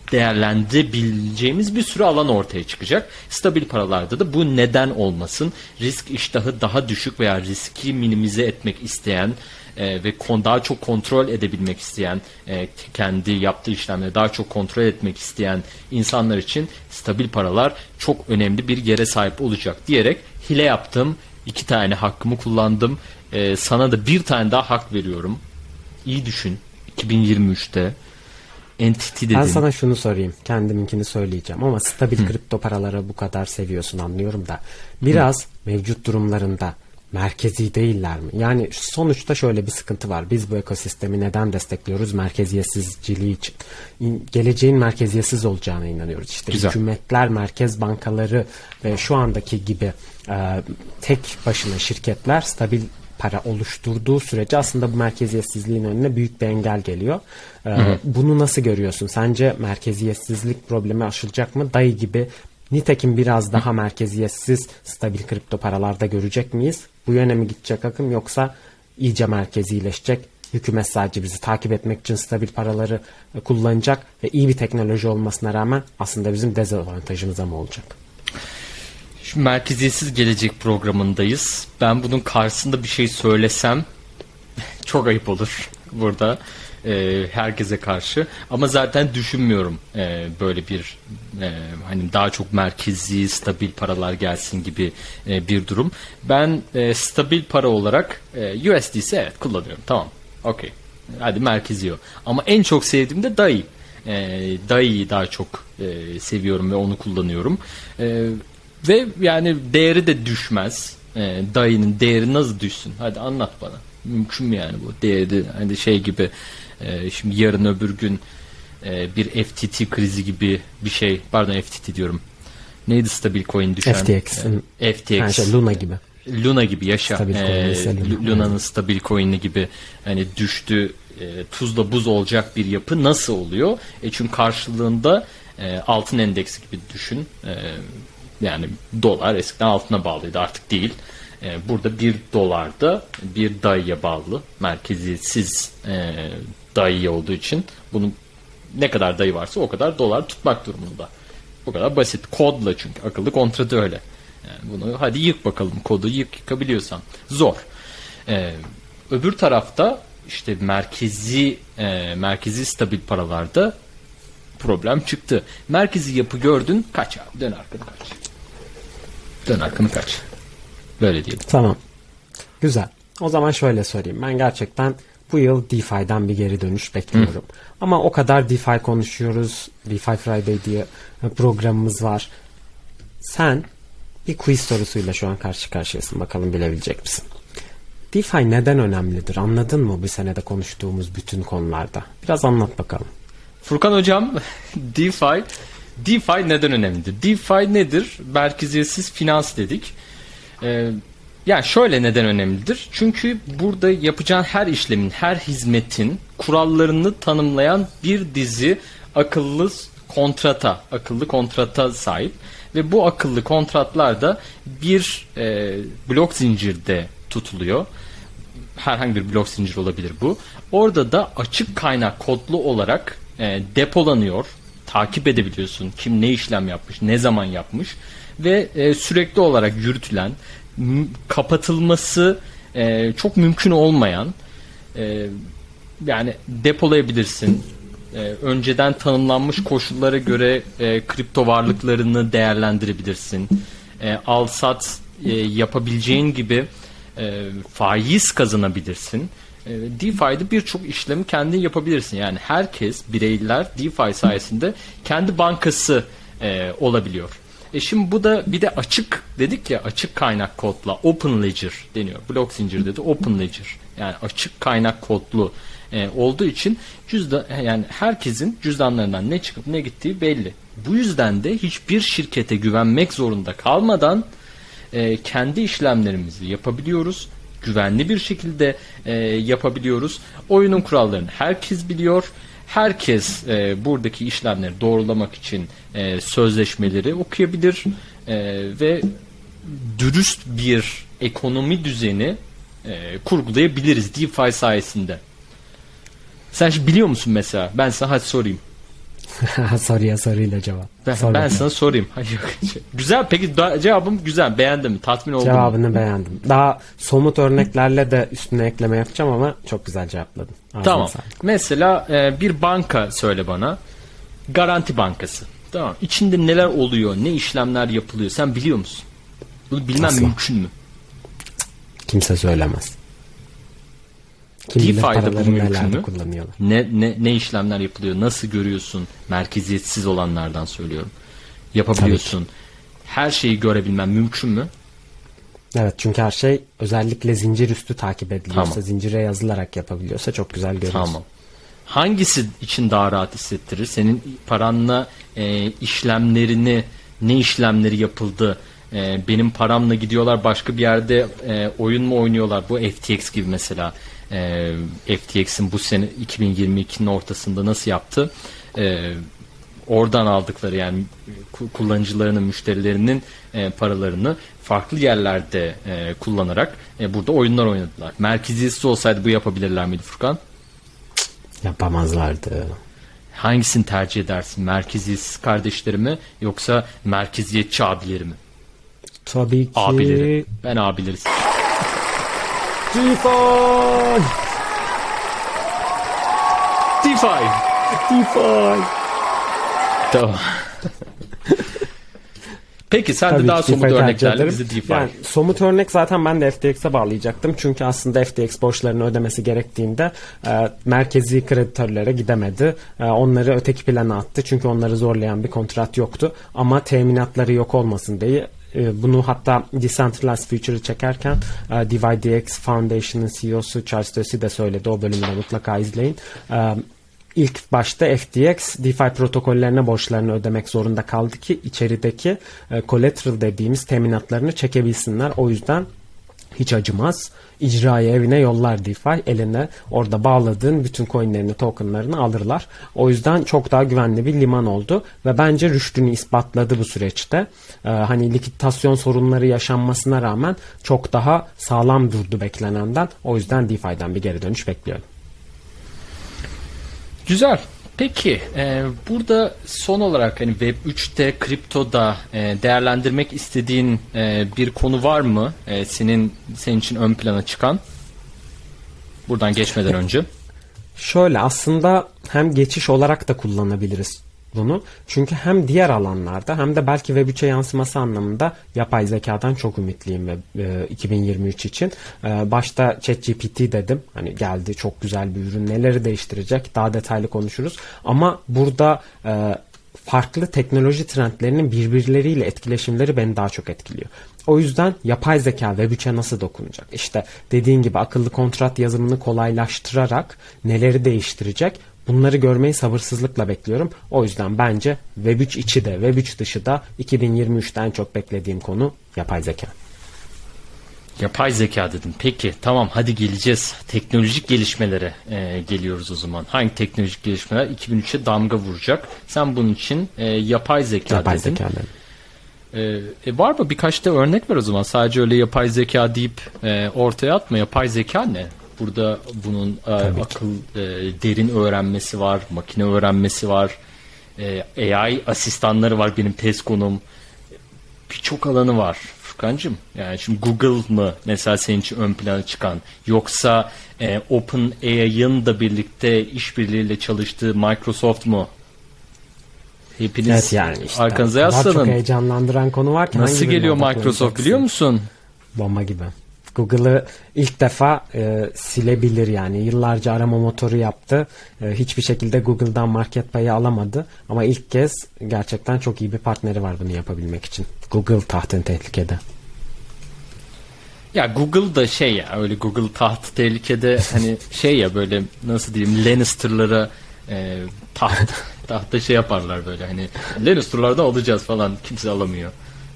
değerlendirebileceğimiz bir sürü alan ortaya çıkacak. Stabil paralarda da bu neden olmasın? Risk iştahı daha düşük veya riski minimize etmek isteyen ve daha çok kontrol edebilmek isteyen, kendi yaptığı işlemleri daha çok kontrol etmek isteyen insanlar için stabil paralar çok önemli bir yere sahip olacak diyerek hile yaptım. 2 tane hakkımı kullandım. Sana da bir tane daha hak veriyorum. İyi düşün. 2023'te entity dedim. Ben sana şunu sorayım. Kendiminkini söyleyeceğim ama stabil kripto paraları bu kadar seviyorsun, anlıyorum da. Biraz mevcut durumlarında merkezi değiller mi? Yani sonuçta şöyle bir sıkıntı var. Biz bu ekosistemi neden destekliyoruz? Merkeziyetsizciliği için. Geleceğin merkeziyetsiz olacağına inanıyoruz. İşte Güzel. hükümetler, merkez bankaları ve şu andaki gibi tek başına şirketler stabil para oluşturduğu sürece aslında bu merkeziyetsizliğin önüne büyük bir engel geliyor. Bunu nasıl görüyorsun? Sence merkeziyetsizlik problemi aşılacak mı? DAI gibi nitekim biraz daha merkeziyetsiz stabil kripto paralarda görecek miyiz? Bu yöne mi gidecek akım, yoksa iyice merkezileşecek? Hükümet sadece bizi takip etmek için stabil paraları kullanacak ve iyi bir teknoloji olmasına rağmen aslında bizim dezavantajımıza mı olacak? Şu merkeziyetsiz gelecek programındayız. Ben bunun karşısında bir şey söylesem çok ayıp olur burada herkese karşı. Ama zaten düşünmüyorum böyle bir hani daha çok merkezi stabil paralar gelsin gibi bir durum. Ben stabil para olarak USDC evet kullanıyorum. Tamam. Okey. Hadi merkezi o. Ama en çok sevdiğim de DAI. DAI'yi daha çok seviyorum ve onu kullanıyorum. Ve yani değeri de düşmez. DAI'nin değeri nasıl düşsün? Hadi anlat bana. Mümkün mü yani bu? Değeri hani şey gibi şimdi yarın öbür gün bir FTT krizi gibi bir şey. Pardon FTT diyorum. Neydi stabil coin düşen? FTX. FTX. Luna gibi. Luna gibi yaşa. Stabil Luna'nın stabil coin'i gibi hani düştü, tuzla buz olacak bir yapı nasıl oluyor? Çünkü karşılığında altın endeksi gibi düşün. Yani dolar eskiden altına bağlıydı, artık değil. Burada bir dolar da bir DAI'ye bağlı. Merkeziyetsiz DAI olduğu için bunun ne kadar DAI varsa o kadar dolar tutmak durumunda. Bu kadar basit. Kodla, çünkü akıllı kontratı öyle. Yani bunu hadi yık bakalım, kodu yıkabiliyorsan. Zor. Öbür tarafta işte merkezi stabil paralarda problem çıktı. Merkezi yapı gördün, kaç abi, dön arkanı kaç. Dön arkanı kaç. Böyle diyelim. Tamam. Güzel. O zaman şöyle sorayım. Ben gerçekten bu yıl DeFi'den bir geri dönüş bekliyorum. Ama o kadar DeFi konuşuyoruz. DeFi Friday diye programımız var. Sen bir quiz sorusuyla şu an karşı karşıyasın. Bakalım bilebilecek misin? DeFi neden önemlidir? Anladın mı bu senede konuştuğumuz bütün konularda? Biraz anlat bakalım. Furkan hocam, DeFi neden önemlidir? DeFi nedir? Merkeziyetsiz finans dedik. Yani şöyle neden önemlidir? Çünkü burada yapacağın her işlemin, her hizmetin kurallarını tanımlayan bir dizi akıllı kontrata sahip ve bu akıllı kontratlar da bir blok zincirde tutuluyor. Herhangi bir blok zincir olabilir bu. Orada da açık kaynak kodlu olarak depolanıyor. Takip edebiliyorsun kim ne işlem yapmış, ne zaman yapmış ve sürekli olarak yürütülen, kapatılması çok mümkün olmayan, yani depolayabilirsin. Önceden tanımlanmış koşullara göre kripto varlıklarını değerlendirebilirsin. Al sat yapabileceğin gibi faiz kazanabilirsin. DeFi'de birçok işlemi kendin yapabilirsin. Yani herkes, bireyler DeFi sayesinde kendi bankası olabiliyor. Şimdi bu da bir de açık dedik ya, açık kaynak kodla open ledger deniyor. Blok zincirde de open ledger. Yani açık kaynak kodlu olduğu için yani herkesin cüzdanlarından ne çıkıp ne gittiği belli. Bu yüzden de hiçbir şirkete güvenmek zorunda kalmadan kendi işlemlerimizi yapabiliyoruz. Güvenli bir şekilde yapabiliyoruz. Oyunun kurallarını herkes biliyor. Herkes buradaki işlemleri doğrulamak için sözleşmeleri okuyabilir ve dürüst bir ekonomi düzeni kurgulayabiliriz DeFi sayesinde. Sen şimdi biliyor musun mesela? Ben sana hadi sorayım. Soruya soruyla cevap. Ben Bakalım. sana sorayım. Hayır. Güzel. Peki cevabım güzel. Beğendin mi? Tatmin oldun mu? Cevabını beğendim. Daha somut örneklerle de üstüne ekleme yapacağım ama çok güzel cevapladın. Ağzına Tamam. sağlık. Mesela bir banka söyle bana. Garanti Bankası. Tamam. İçinde neler oluyor? Ne işlemler yapılıyor? Sen biliyor musun? Bunu bilmem Asla. mümkün mü? Kimse söylemez. Kim bilir DeFi'de bu paraları mümkün nelerde mü? kullanıyorlar. Ne işlemler yapılıyor? Nasıl görüyorsun? Merkeziyetsiz olanlardan söylüyorum. Yapabiliyorsun. Her şeyi görebilmen mümkün mü? Evet, çünkü her şey özellikle zincir üstü takip ediliyorsa, Tamam. zincire yazılarak yapabiliyorsa çok güzel görüyorsun. Tamam. Hangisi için daha rahat hissettirir? Senin paranla işlemlerini, ne işlemleri yapıldı? Benim paramla gidiyorlar başka bir yerde oyun mu oynuyorlar? Bu FTX gibi mesela. FTX'in bu sene 2022'nin ortasında nasıl yaptı? Oradan aldıkları yani kullanıcılarının, müşterilerinin paralarını farklı yerlerde kullanarak burada oyunlar oynadılar. Merkeziyetsiz olsaydı bu yapabilirler miydi Furkan? Yapamazlardı. Hangisini tercih edersin? Merkeziyetsiz kardeşlerimi yoksa merkeziyetçi abilerimi? Tabii ki. Abileri. Ben abileri seçiyorum. DeFi! DeFi. DeFi! Tamam. Peki sen Tabii de daha ki somut DeFi tercih örneklerle ederim. bizi DeFi. Yani somut örnek zaten ben de FTX'e bağlayacaktım. Çünkü aslında FTX borçlarını ödemesi gerektiğinde merkezi kreditörlere gidemedi. Onları öteki plana attı. Çünkü onları zorlayan bir kontrat yoktu. Ama teminatları yok olmasın diye bunu hatta Decentralized Future'ı çekerken DYDX Foundation'ın CEO'su Charles Dössü de söyledi. O bölümü de mutlaka izleyin. İlk başta FTX DeFi protokollerine borçlarını ödemek zorunda kaldı ki içerideki collateral dediğimiz teminatlarını çekebilsinler. O yüzden hiç acımaz. İcraya evine yollar DeFi. Eline orada bağladığın bütün coinlerini, tokenlarını alırlar. O yüzden çok daha güvenli bir liman oldu. Ve bence rüştünü ispatladı bu süreçte. Hani likitasyon sorunları yaşanmasına rağmen çok daha sağlam durdu beklenenden. O yüzden DeFi'den bir geri dönüş bekliyorum. Güzel. Peki burada son olarak hani Web 3'te kriptoda değerlendirmek istediğin bir konu var mı? Senin için ön plana çıkan? Buradan geçmeden önce. Şöyle aslında hem geçiş olarak da kullanabiliriz bunu. Çünkü hem diğer alanlarda hem de belki Web3'e yansıması anlamında yapay zekadan çok ümitliyim ve 2023 için. Başta ChatGPT dedim. Hani geldi, çok güzel bir ürün. Neleri değiştirecek? Daha detaylı konuşuruz. Ama burada farklı teknoloji trendlerinin birbirleriyle etkileşimleri beni daha çok etkiliyor. O yüzden yapay zeka Web3'e nasıl dokunacak? İşte dediğin gibi akıllı kontrat yazımını kolaylaştırarak neleri değiştirecek? Bunları görmeyi sabırsızlıkla bekliyorum. O yüzden bence Web3 içi de Web3 dışı da 2023'te en çok beklediğim konu yapay zeka. Yapay zeka dedim. Peki tamam, hadi geleceğiz. Teknolojik gelişmelere geliyoruz o zaman. Hangi teknolojik gelişmeler 2003'e damga vuracak? Sen bunun için yapay zeka Yapay dedin. zeka dedim. Var mı? Birkaç da örnek ver o zaman. Sadece öyle yapay zeka deyip ortaya atma. Yapay zeka ne? Burada bunun akıl, derin öğrenmesi var, makine öğrenmesi var, AI asistanları var, benim tez konum. Birçok alanı var Furkancığım. Yani şimdi Google mı mesela senin için ön plana çıkan, yoksa OpenAI'ın da birlikte işbirliğiyle çalıştığı Microsoft mu? Hepiniz Evet, yani işte arkanıza o kadar çok yaslanın. heyecanlandıran konu var ki. Nasıl hangi birine geliyor Microsoft odaklanacaksın? biliyor musun? Bomba gibi. Google'ı ilk defa silebilir yani. Yıllarca arama motoru yaptı. Hiçbir şekilde Google'dan market payı alamadı. Ama ilk kez gerçekten çok iyi bir partneri var bunu yapabilmek için. Google tahtın tehlikede. Ya Google da şey ya, öyle Google taht tehlikede hani şey ya, böyle nasıl diyeyim, Lannister'lara tahta şey yaparlar böyle, hani Lannister'lardan alacağız falan, kimse alamıyor.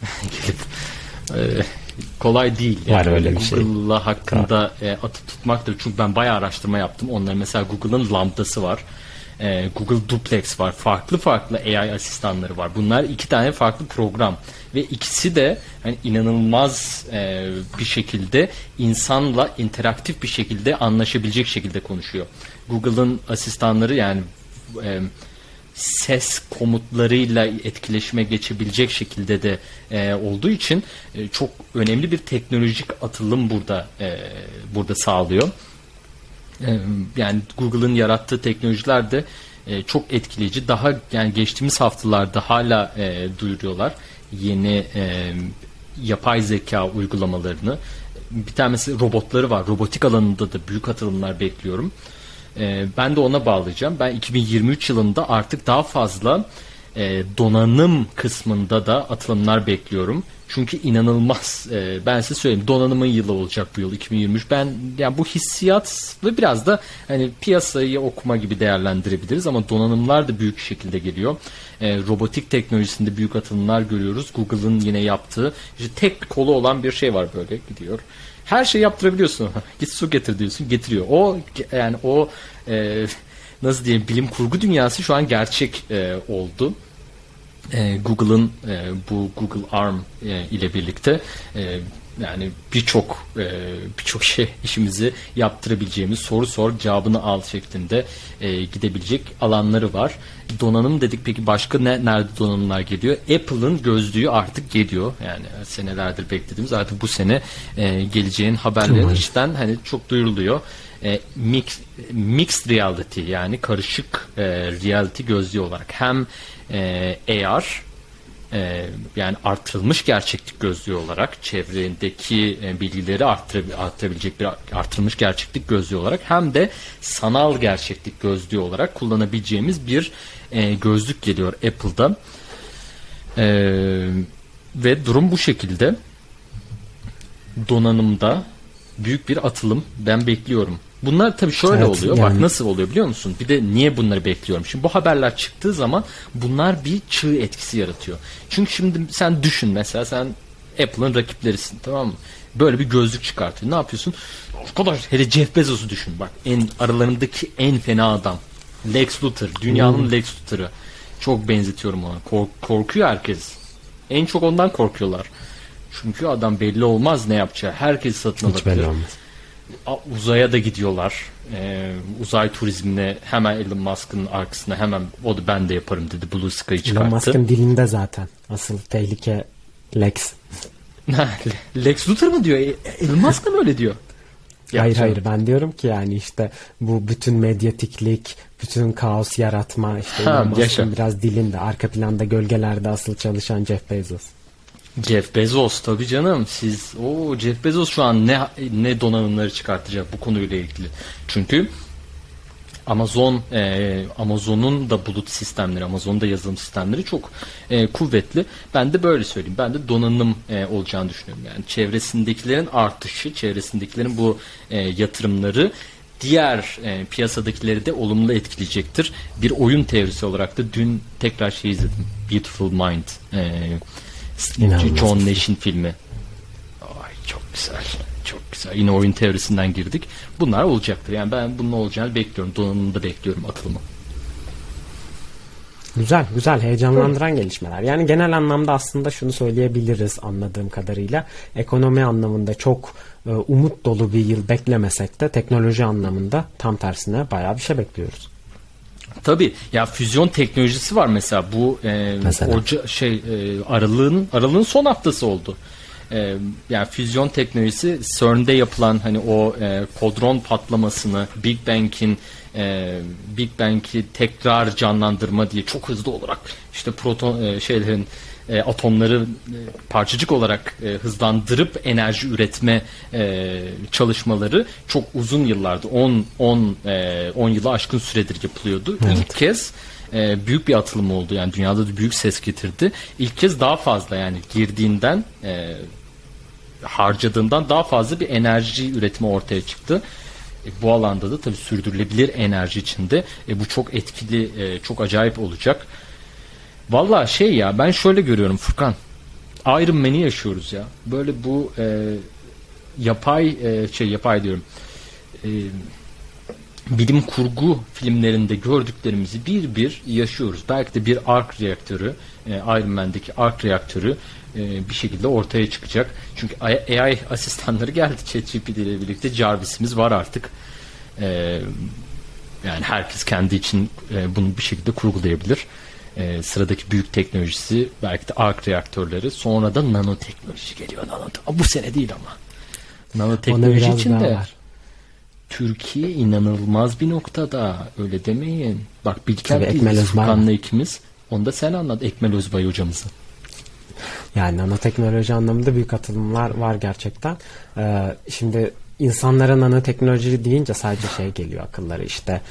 Gelip kolay değil yani. Var öyle bir şey. Google'la hakkında atıp tutmaktır. Çünkü ben bayağı araştırma yaptım. Onların mesela Google'ın Lambda'sı var. Google Duplex var. Farklı AI asistanları var. Bunlar iki tane farklı program ve ikisi de hani inanılmaz bir şekilde insanla interaktif bir şekilde anlaşabilecek şekilde konuşuyor. Google'ın asistanları yani ses komutlarıyla etkileşime geçebilecek şekilde de olduğu için çok önemli bir teknolojik atılım burada sağlıyor. Yani Google'ın yarattığı teknolojiler de çok etkileyici. Daha yani geçtiğimiz haftalarda hala duyuruyorlar yeni yapay zeka uygulamalarını. Bir tanesi robotları var. Robotik alanında da büyük atılımlar bekliyorum. Ben de ona bağlayacağım. Ben 2023 yılında artık daha fazla donanım kısmında da atılımlar bekliyorum. Çünkü inanılmaz. Ben size söyleyeyim, donanımın yılı olacak bu yıl 2023. Ben yani bu hissiyat ve biraz da hani piyasayı okuma gibi değerlendirebiliriz ama donanımlar da büyük şekilde geliyor. Robotik teknolojisinde büyük atılımlar görüyoruz. Google'ın yine yaptığı işte tek kolu olan bir şey var, böyle gidiyor. Her şeyi yaptırabiliyorsun. Git su getir diyorsun, getiriyor. O nasıl diyeyim, bilim kurgu dünyası şu an gerçek oldu. Google'ın bu Google Arm ile birlikte yani birçok şey işimizi yaptırabileceğimiz, soru sor cevabını al şeklinde gidebilecek alanları var. Donanım dedik, peki başka nerede donanımlar geliyor? Apple'ın gözlüğü artık geliyor. Yani senelerdir beklediğimiz, artık bu sene geleceğin haberleri işten hani çok duyuruluyor. Mixed reality, yani karışık reality gözlüğü olarak hem AR yani artırılmış gerçeklik gözlüğü olarak çevrendeki bilgileri arttırabilecek bir artırılmış gerçeklik gözlüğü olarak hem de sanal gerçeklik gözlüğü olarak kullanabileceğimiz bir gözlük geliyor Apple'da. Ve durum bu şekilde. Donanımda büyük bir atılım ben bekliyorum. Bunlar tabii şöyle oluyor. Yani. Bak nasıl oluyor biliyor musun? Bir de niye bunları bekliyorum? Şimdi bu haberler çıktığı zaman bunlar bir çığ etkisi yaratıyor. Çünkü şimdi sen düşün, mesela sen Apple'ın rakiplerisin, tamam mı? Böyle bir gözlük çıkartıyor. Ne yapıyorsun? O kadar, hele Jeff Bezos'u düşün bak. Aralarındaki en fena adam. Lex Luthor. Dünyanın Lex Luthor'ı. Çok benzetiyorum ona. Korkuyor herkes. En çok ondan korkuyorlar. Çünkü adam belli olmaz ne yapacağı. Herkes satın alabilir. Hiç belli olmaz. Uzaya da gidiyorlar. Uzay turizmine hemen Elon Musk'ın arkasına hemen o da ben de yaparım dedi. Blue Sky'ı çıkarttı. Elon Musk'ın dilinde zaten. Asıl tehlike Lex. Lex Luthor mu diyor? Elon Musk da mı öyle diyor? Hayır ben diyorum ki yani işte bu bütün medyatiklik, bütün kaos yaratma, işte Elon Musk'ın biraz dilinde, arka planda gölgelerde asıl çalışan Jeff Bezos. Jeff Bezos tabii canım. Jeff Bezos şu an ne donanımları çıkartacak bu konuyla ilgili. Çünkü Amazon'un da bulut sistemleri, Amazon'un da yazılım sistemleri çok kuvvetli. Ben de böyle söyleyeyim. Ben de donanım olacağını düşünüyorum. Yani çevresindekilerin artışı, çevresindekilerin bu yatırımları diğer piyasadakileri de olumlu etkileyecektir. Bir oyun teorisi olarak da dün tekrar izledim. Beautiful Mind. John Nash'in filmi. Ay, çok güzel. Çok güzel. Yine oyun teorisinden girdik. Bunlar olacaktır. Yani ben bunun olacağını bekliyorum. Donanımda bekliyorum atılımı. Güzel. Heyecanlandıran gelişmeler. Yani genel anlamda aslında şunu söyleyebiliriz anladığım kadarıyla. Ekonomi anlamında çok umut dolu bir yıl beklemesek de teknoloji anlamında tam tersine bayağı bir şey bekliyoruz. Tabii ya, füzyon teknolojisi var mesela, bu aralığın son haftası oldu. Yani füzyon teknolojisi CERN'de yapılan hani o kodron patlamasını, Big Bang'i tekrar canlandırma diye çok hızlı olarak işte atomları parçacık olarak hızlandırıp enerji üretme çalışmaları çok uzun yıllardı, 10 yılı aşkın süredir yapılıyordu. Evet. İlk kez büyük bir atılım oldu. Yani dünyada da büyük ses getirdi. İlk kez daha fazla, yani girdiğinden harcadığından daha fazla bir enerji üretimi ortaya çıktı. Bu alanda da tabii sürdürülebilir enerji içinde bu çok etkili, çok acayip olacak. Vallahi ya, ben şöyle görüyorum Furkan. Iron Man'i yaşıyoruz ya. Böyle bu yapay diyorum. Bilim kurgu filmlerinde gördüklerimizi bir yaşıyoruz. Belki de bir ark reaktörü, Iron Man'deki ark reaktörü bir şekilde ortaya çıkacak. Çünkü AI asistanları geldi. ChatGPT ile birlikte Jarvis'imiz var artık. Yani herkes kendi için bunu bir şekilde kurgulayabilir. Sıradaki büyük teknolojisi belki de ark reaktörleri. Sonra da nanoteknoloji geliyor. Bu sene değil ama. Nanoteknoloji için de Türkiye inanılmaz bir noktada. Öyle demeyin. Bak Bilkent'teyiz Furkan'la ikimiz. Onu da sen anlat Ekmel Özbay hocamızın. Yani nanoteknoloji anlamında büyük atılımlar var gerçekten. Şimdi insanlara nanoteknoloji deyince sadece şey geliyor akılları, işte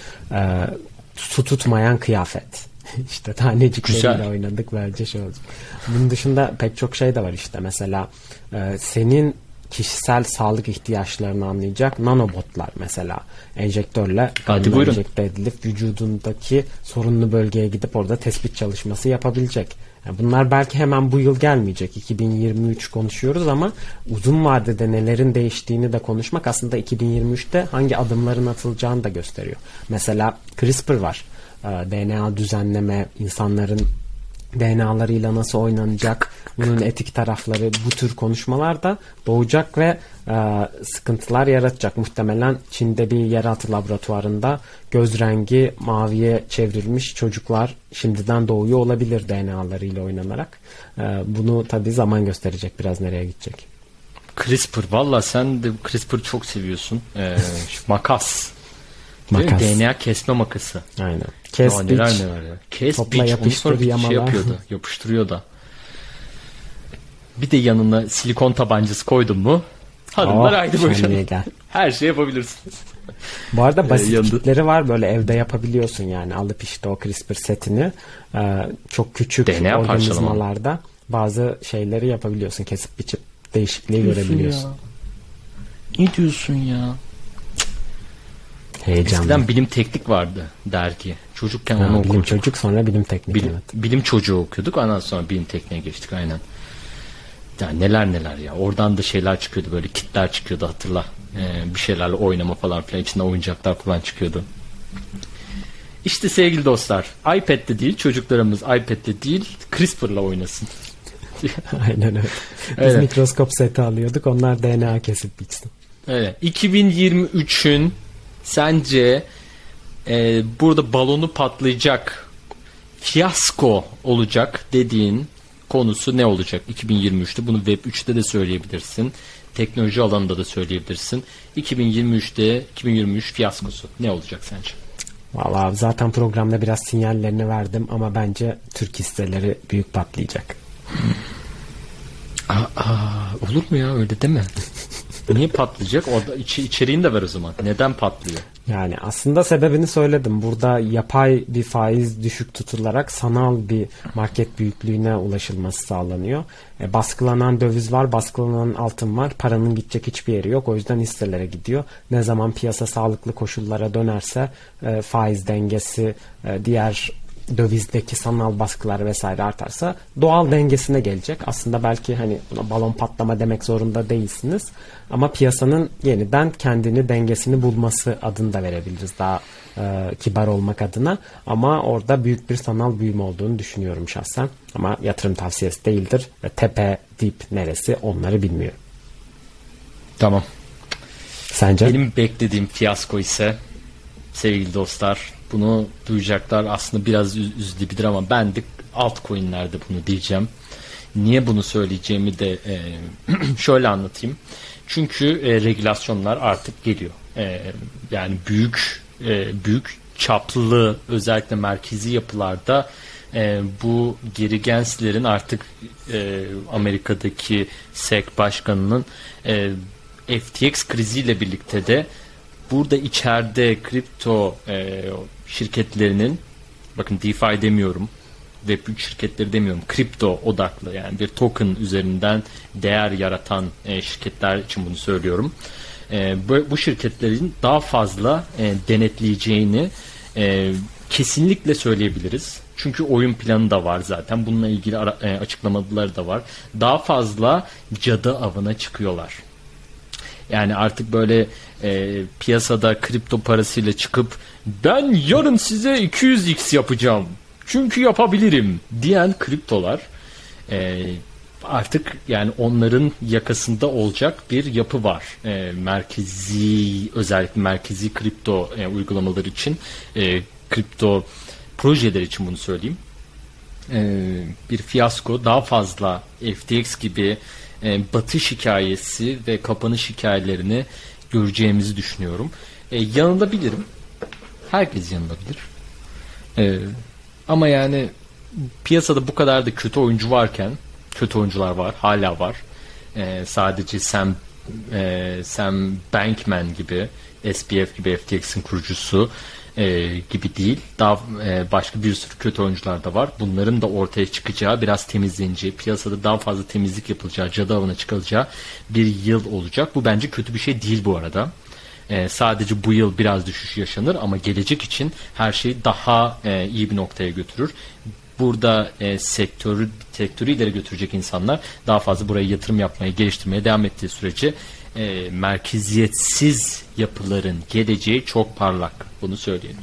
su tutmayan kıyafet. İşte tanecikleriyle oynadık bence şey olacak. Bunun dışında pek çok şey de var işte. Mesela senin kişisel sağlık ihtiyaçlarını anlayacak nanobotlar mesela. Enjektörle enjekte edilip vücudundaki sorunlu bölgeye gidip orada tespit çalışması yapabilecek. Yani bunlar belki hemen bu yıl gelmeyecek. 2023 konuşuyoruz ama uzun vadede nelerin değiştiğini de konuşmak aslında 2023'te hangi adımların atılacağını da gösteriyor. Mesela CRISPR var. DNA düzenleme, insanların DNA'larıyla nasıl oynanacak, bunun etik tarafları, bu tür konuşmalar da doğacak ve sıkıntılar yaratacak. Muhtemelen Çin'de bir yeraltı laboratuvarında göz rengi maviye çevrilmiş çocuklar şimdiden doğuyor olabilir DNA'larıyla oynanarak. Bunu tabii zaman gösterecek biraz nereye gidecek. CRISPR, valla sen de CRISPR çok seviyorsun. Makas. DNA kesme makası. Aynen. Kes biç. Neler ya. Kes biç. Onu sonra bir şey yapıyordu. Yapıştırıyor da. Bir de yanına silikon tabancası koydun mu? Hanımlar haydi bakalım. Her şey yapabilirsiniz. Bu arada basit kitleri var, böyle evde yapabiliyorsun yani, alıp işte o CRISPR setini çok küçük DNA organizmalarda bazı şeyleri yapabiliyorsun, kesip biçip değişikliği görebiliyorsun. Ne diyorsun ya? Heyecanlı. Eskiden bilim teknik vardı dergi. Çocukken onu okuduk. Bilim çocuk, sonra bilim teknik. Evet. Bilim çocuğu okuyorduk. Ondan sonra bilim tekniğe geçtik aynen. Yani neler ya. Oradan da şeyler çıkıyordu, böyle kitler çıkıyordu, hatırla. Bir şeylerle oynama falan filan, içinde oyuncaklar falan çıkıyordu. İşte sevgili dostlar, iPad'de değil, çocuklarımız iPad'de değil, CRISPR'la oynasın. Aynen öyle. Biz mikroskop seti alıyorduk, onlar DNA kesip biçsin. Evet. 2023'ün sence burada balonu patlayacak, fiyasko olacak dediğin konusu ne olacak 2023'te? Bunu Web 3'te de söyleyebilirsin. Teknoloji alanında da söyleyebilirsin. 2023 fiyaskosu ne olacak sence? Vallahi zaten programda biraz sinyallerini verdim ama bence Türk hisseleri büyük patlayacak. Olur mu ya, öyle deme. Niye patlayacak? Orada içeriğini de ver o zaman. Neden patlıyor? Yani aslında sebebini söyledim. Burada yapay bir faiz düşük tutularak sanal bir market büyüklüğüne ulaşılması sağlanıyor. Baskılanan döviz var, baskılanan altın var. Paranın gidecek hiçbir yeri yok. O yüzden hisselere gidiyor. Ne zaman piyasa sağlıklı koşullara dönerse faiz dengesi, diğer dövizdeki sanal baskılar vesaire artarsa doğal dengesine gelecek. Aslında belki hani buna balon patlama demek zorunda değilsiniz. Ama piyasanın yeniden kendini, dengesini bulması adını da verebiliriz. Daha kibar olmak adına. Ama orada büyük bir sanal büyüme olduğunu düşünüyorum şahsen. Ama yatırım tavsiyesi değildir. Tepe, dip neresi onları bilmiyorum. Tamam. Sence? Benim beklediğim fiyasko ise sevgili dostlar, bunu duyacaklar aslında biraz üzülebilir ama ben de altcoin'lerde bunu diyeceğim. Niye bunu söyleyeceğimi de şöyle anlatayım. Çünkü regülasyonlar artık geliyor. Yani büyük çaplı, özellikle merkezi yapılarda bu Gary Gensler'in artık Amerika'daki SEC başkanının FTX kriziyle birlikte de burada içeride kripto şirketlerinin, bakın DeFi demiyorum, Web3 şirketleri demiyorum, kripto odaklı, yani bir token üzerinden değer yaratan şirketler için bunu söylüyorum. Bu şirketlerin daha fazla denetleyeceğini kesinlikle söyleyebiliriz. Çünkü oyun planı da var zaten. Bununla ilgili açıklamaları da var. Daha fazla cadı avına çıkıyorlar. Yani artık böyle piyasada kripto parasıyla çıkıp ben yarın size 200x yapacağım çünkü yapabilirim diyen kriptolar artık yani onların yakasında olacak bir yapı var. Merkezi, özellikle merkezi kripto uygulamaları için, kripto projeler için bunu söyleyeyim. Bir fiyasko, daha fazla FTX gibi batış hikayesi ve kapanış hikayelerini göreceğimizi düşünüyorum. Yanılabilirim. Herkes yanılabilir. Ama yani piyasada bu kadar da kötü oyuncu varken, kötü oyuncular var, hala var. Sadece Sam Bankman gibi, SBF gibi, FTX'in kurucusu gibi değil. Daha başka bir sürü kötü oyuncular da var. Bunların da ortaya çıkacağı, biraz temizleneceği, piyasada daha fazla temizlik yapılacağı, cadı avına çıkılacağı bir yıl olacak. Bu bence kötü bir şey değil bu arada. Sadece bu yıl biraz düşüş yaşanır ama gelecek için her şeyi daha iyi bir noktaya götürür. Burada sektörü ileri götürecek insanlar daha fazla buraya yatırım yapmaya, geliştirmeye devam ettiği sürece merkeziyetsiz yapıların geleceği çok parlak. Bunu söyleyelim.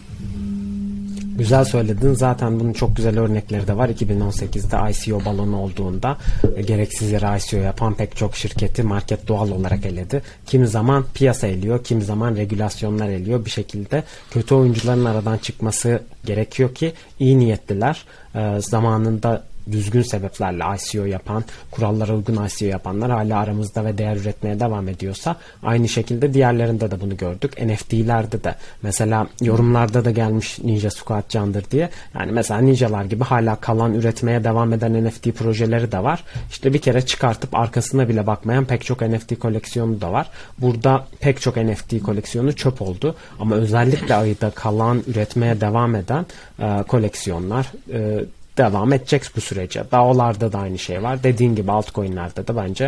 Güzel söyledin. Zaten bunun çok güzel örnekleri de var. 2018'de ICO balonu olduğunda gereksiz yere ICO yapan pek çok şirketi market doğal olarak eledi. Kimi zaman piyasa eliyor, kimi zaman regülasyonlar eliyor. Bir şekilde kötü oyuncuların aradan çıkması gerekiyor ki iyi niyetliler zamanında düzgün sebeplerle ICO yapan, kurallara uygun ICO yapanlar hala aramızda ve değer üretmeye devam ediyorsa, aynı şekilde diğerlerinde de bunu gördük. NFT'lerde de mesela yorumlarda da gelmiş Ninja Squad candır diye. Yani mesela ninjalar gibi hala kalan, üretmeye devam eden NFT projeleri de var. İşte bir kere çıkartıp arkasına bile bakmayan pek çok NFT koleksiyonu da var. Burada pek çok NFT koleksiyonu çöp oldu. Ama özellikle ayda kalan, üretmeye devam eden koleksiyonlar devam edecek bu sürece. DAO'larda da aynı şey var. Dediğin gibi altcoin'lerde de bence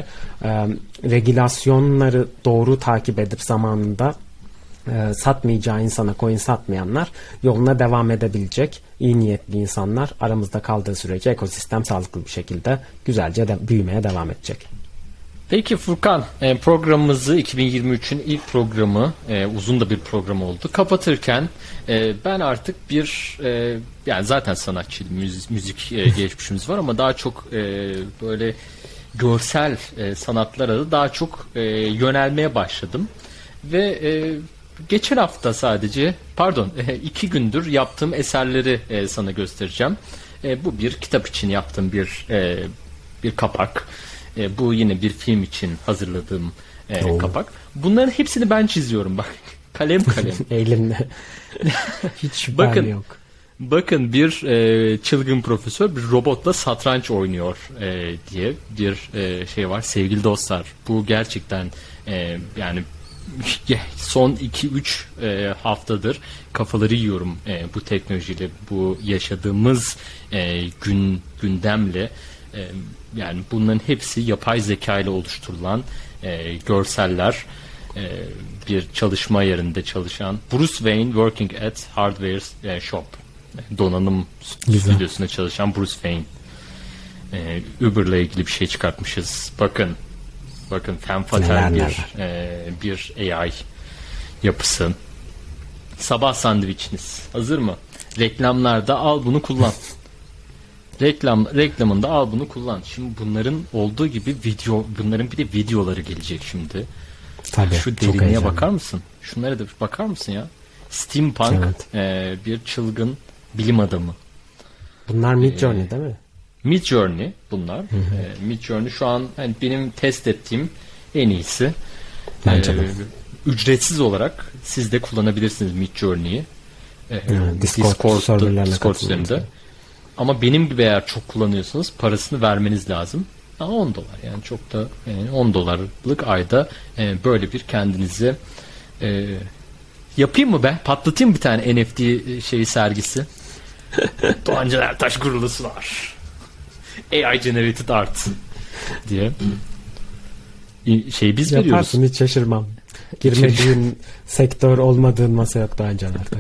regülasyonları doğru takip edip zamanında satmayacağı insana coin satmayanlar yoluna devam edebilecek iyi niyetli insanlar aramızda kaldığı sürece ekosistem sağlıklı bir şekilde güzelce de büyümeye devam edecek. Peki Furkan, programımızı 2023'ün ilk programı, uzun da bir program oldu. Kapatırken ben artık yani zaten sanatçıydım, müzik geçmişimiz var ama daha çok böyle görsel sanatlara da daha çok yönelmeye başladım. Ve geçen hafta sadece, 2 gündür yaptığım eserleri sana göstereceğim. Bu bir kitap için yaptığım bir kapak. Bu yine bir film için hazırladığım kapak. Bunların hepsini ben çiziyorum bak. Kalem. Elimle. Hiç şüphem yok. Bakın bir çılgın profesör bir robotla satranç oynuyor diye bir şey var. Sevgili dostlar, bu gerçekten yani son 2-3 haftadır kafaları yiyorum bu teknolojiyle, bu yaşadığımız gündemle. Yani bunların hepsi yapay zeka ile oluşturulan görseller. Bir çalışma yerinde çalışan Bruce Wayne working at hardware shop, donanım stüdyosunda çalışan Bruce Wayne. Uber'la ilgili bir şey çıkartmışız. Bakın femme fatale bir AI yapısı. Sabah sandviçiniz hazır mı? Reklamlarda al bunu kullan. Reklamında al bunu kullan. Şimdi bunların olduğu gibi bunların bir de videoları gelecek şimdi. Tabii, şu derinliğe bakar mısın? Şunlara da bakar mısın ya? Steampunk, evet. Bir çılgın bilim adamı. Bunlar Midjourney değil mi? Midjourney bunlar. Midjourney şu an yani benim test ettiğim en iyisi. Ücretsiz olarak siz de kullanabilirsiniz Midjourney'i. Discord üzerinde. Ama benim gibi eğer çok kullanıyorsanız parasını vermeniz lazım. Ama $10 yani çok da $10'lık ayda böyle bir kendinize yapayım mı be? Patlatayım bir tane NFT sergisi. Doğancı Ertaş Gurulu sunar. AI generated art diye. Biz veriyoruz. Yaparsın, hiç şaşırmam. Girmediğin sektör, olmadığın masa yok Doğancı Ertaş.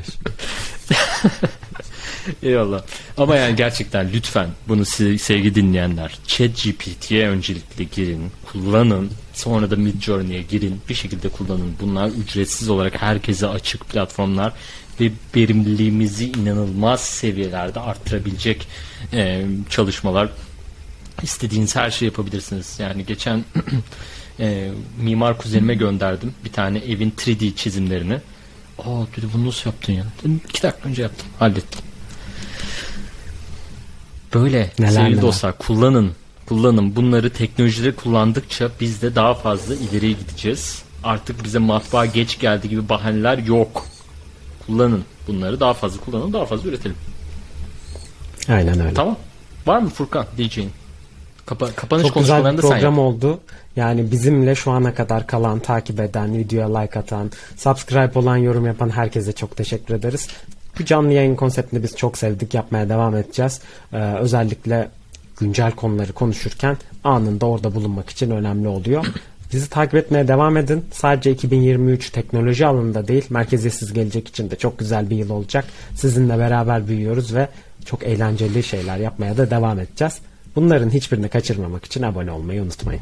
Eyvallah. Ama yani gerçekten lütfen bunu sevgili dinleyenler, ChatGPT'ye öncelikle girin, kullanın. Sonra da Midjourney'e girin, bir şekilde kullanın. Bunlar ücretsiz olarak herkese açık platformlar ve verimliliğimizi inanılmaz seviyelerde arttırabilecek çalışmalar. İstediğiniz her şeyi yapabilirsiniz. Yani geçen mimar kuzenime gönderdim bir tane evin 3D çizimlerini. Aa dedi, bunu nasıl yaptın ya? Dedim, 2 dakika önce yaptım, hallettim. Böyle sevgili dostlar, kullanın bunları. Teknolojileri kullandıkça biz de daha fazla ileriye gideceğiz. Artık bize matbaa geç geldi gibi bahaneler yok. Kullanın bunları, daha fazla kullanın, daha fazla üretelim. Aynen öyle. Tamam. Var mı Furkan diyeceğin? Kapanış Çok güzel bir konuşmalarında sen program yap. oldu. Yani bizimle şu ana kadar kalan, takip eden, videoya like atan, subscribe olan, yorum yapan herkese çok teşekkür ederiz. Bu canlı yayın konseptini biz çok sevdik. Yapmaya devam edeceğiz. Özellikle güncel konuları konuşurken anında orada bulunmak için önemli oluyor. Bizi takip etmeye devam edin. Sadece 2023 teknoloji alanında değil, merkeziyetsiz gelecek için de çok güzel bir yıl olacak. Sizinle beraber büyüyoruz ve çok eğlenceli şeyler yapmaya da devam edeceğiz. Bunların hiçbirini kaçırmamak için abone olmayı unutmayın.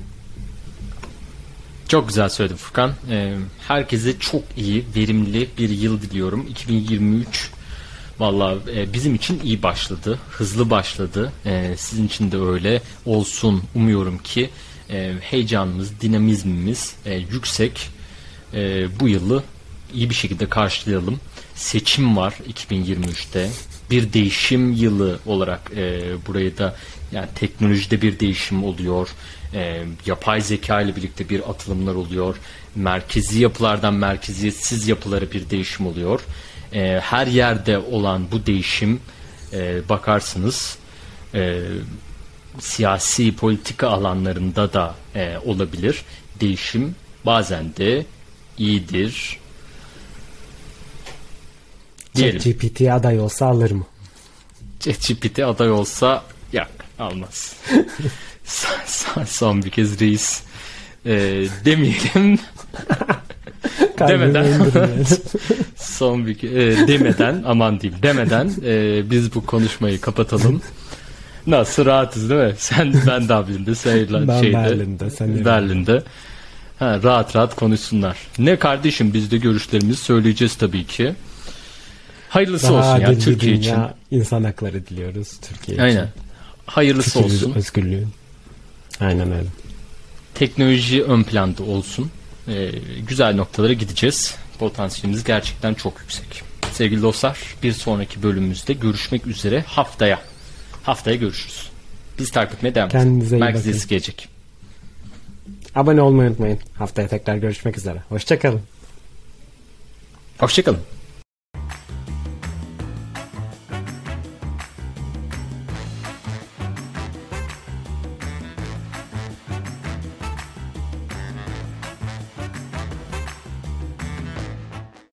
Çok güzel söyledin Furkan. Herkese çok iyi, verimli bir yıl diliyorum. 2023 vallahi bizim için iyi başladı, hızlı başladı. Sizin için de öyle olsun. Umuyorum ki heyecanımız, dinamizmimiz yüksek. Bu yılı iyi bir şekilde karşılayalım. Seçim var 2023'te. Bir değişim yılı olarak burayı da, yani teknolojide bir değişim oluyor. Yapay zeka ile birlikte bir atılımlar oluyor. Merkezi yapılardan merkeziyetsiz yapılara bir değişim oluyor. Her yerde olan bu değişim, bakarsınız siyasi politika alanlarında da olabilir. Değişim bazen de iyidir diyelim. ChatGPT aday olsa alır mı? ChatGPT aday olsa yok, almaz. Son bir kez reis demeyelim. Demeden son bir demeden, aman diyeyim, demeden biz bu konuşmayı kapatalım. Nasıl, rahatız değil mi? Ben Dublin'de, sen ben Berlin'de, sen Berlin'de. Rahat rahat konuşsunlar. Ne kardeşim, biz de görüşlerimizi söyleyeceğiz tabii ki. Hayırlısı daha olsun ya Türkiye için. İnsan hakları diliyoruz Türkiye için. Aynen. Hayırlısı Fikir olsun. özgürlüğü. Aynen öyle. Teknoloji ön planda olsun. Güzel noktalara gideceğiz. Potansiyelimiz gerçekten çok yüksek. Sevgili dostlar, bir sonraki bölümümüzde görüşmek üzere. Haftaya görüşürüz. Biz takip etmeye devam edin. Kendinize iyi Merkeziyesi bakın. gelecek. Abone olmayı unutmayın. Haftaya tekrar görüşmek üzere. Hoşçakalın. Hoşçakalın.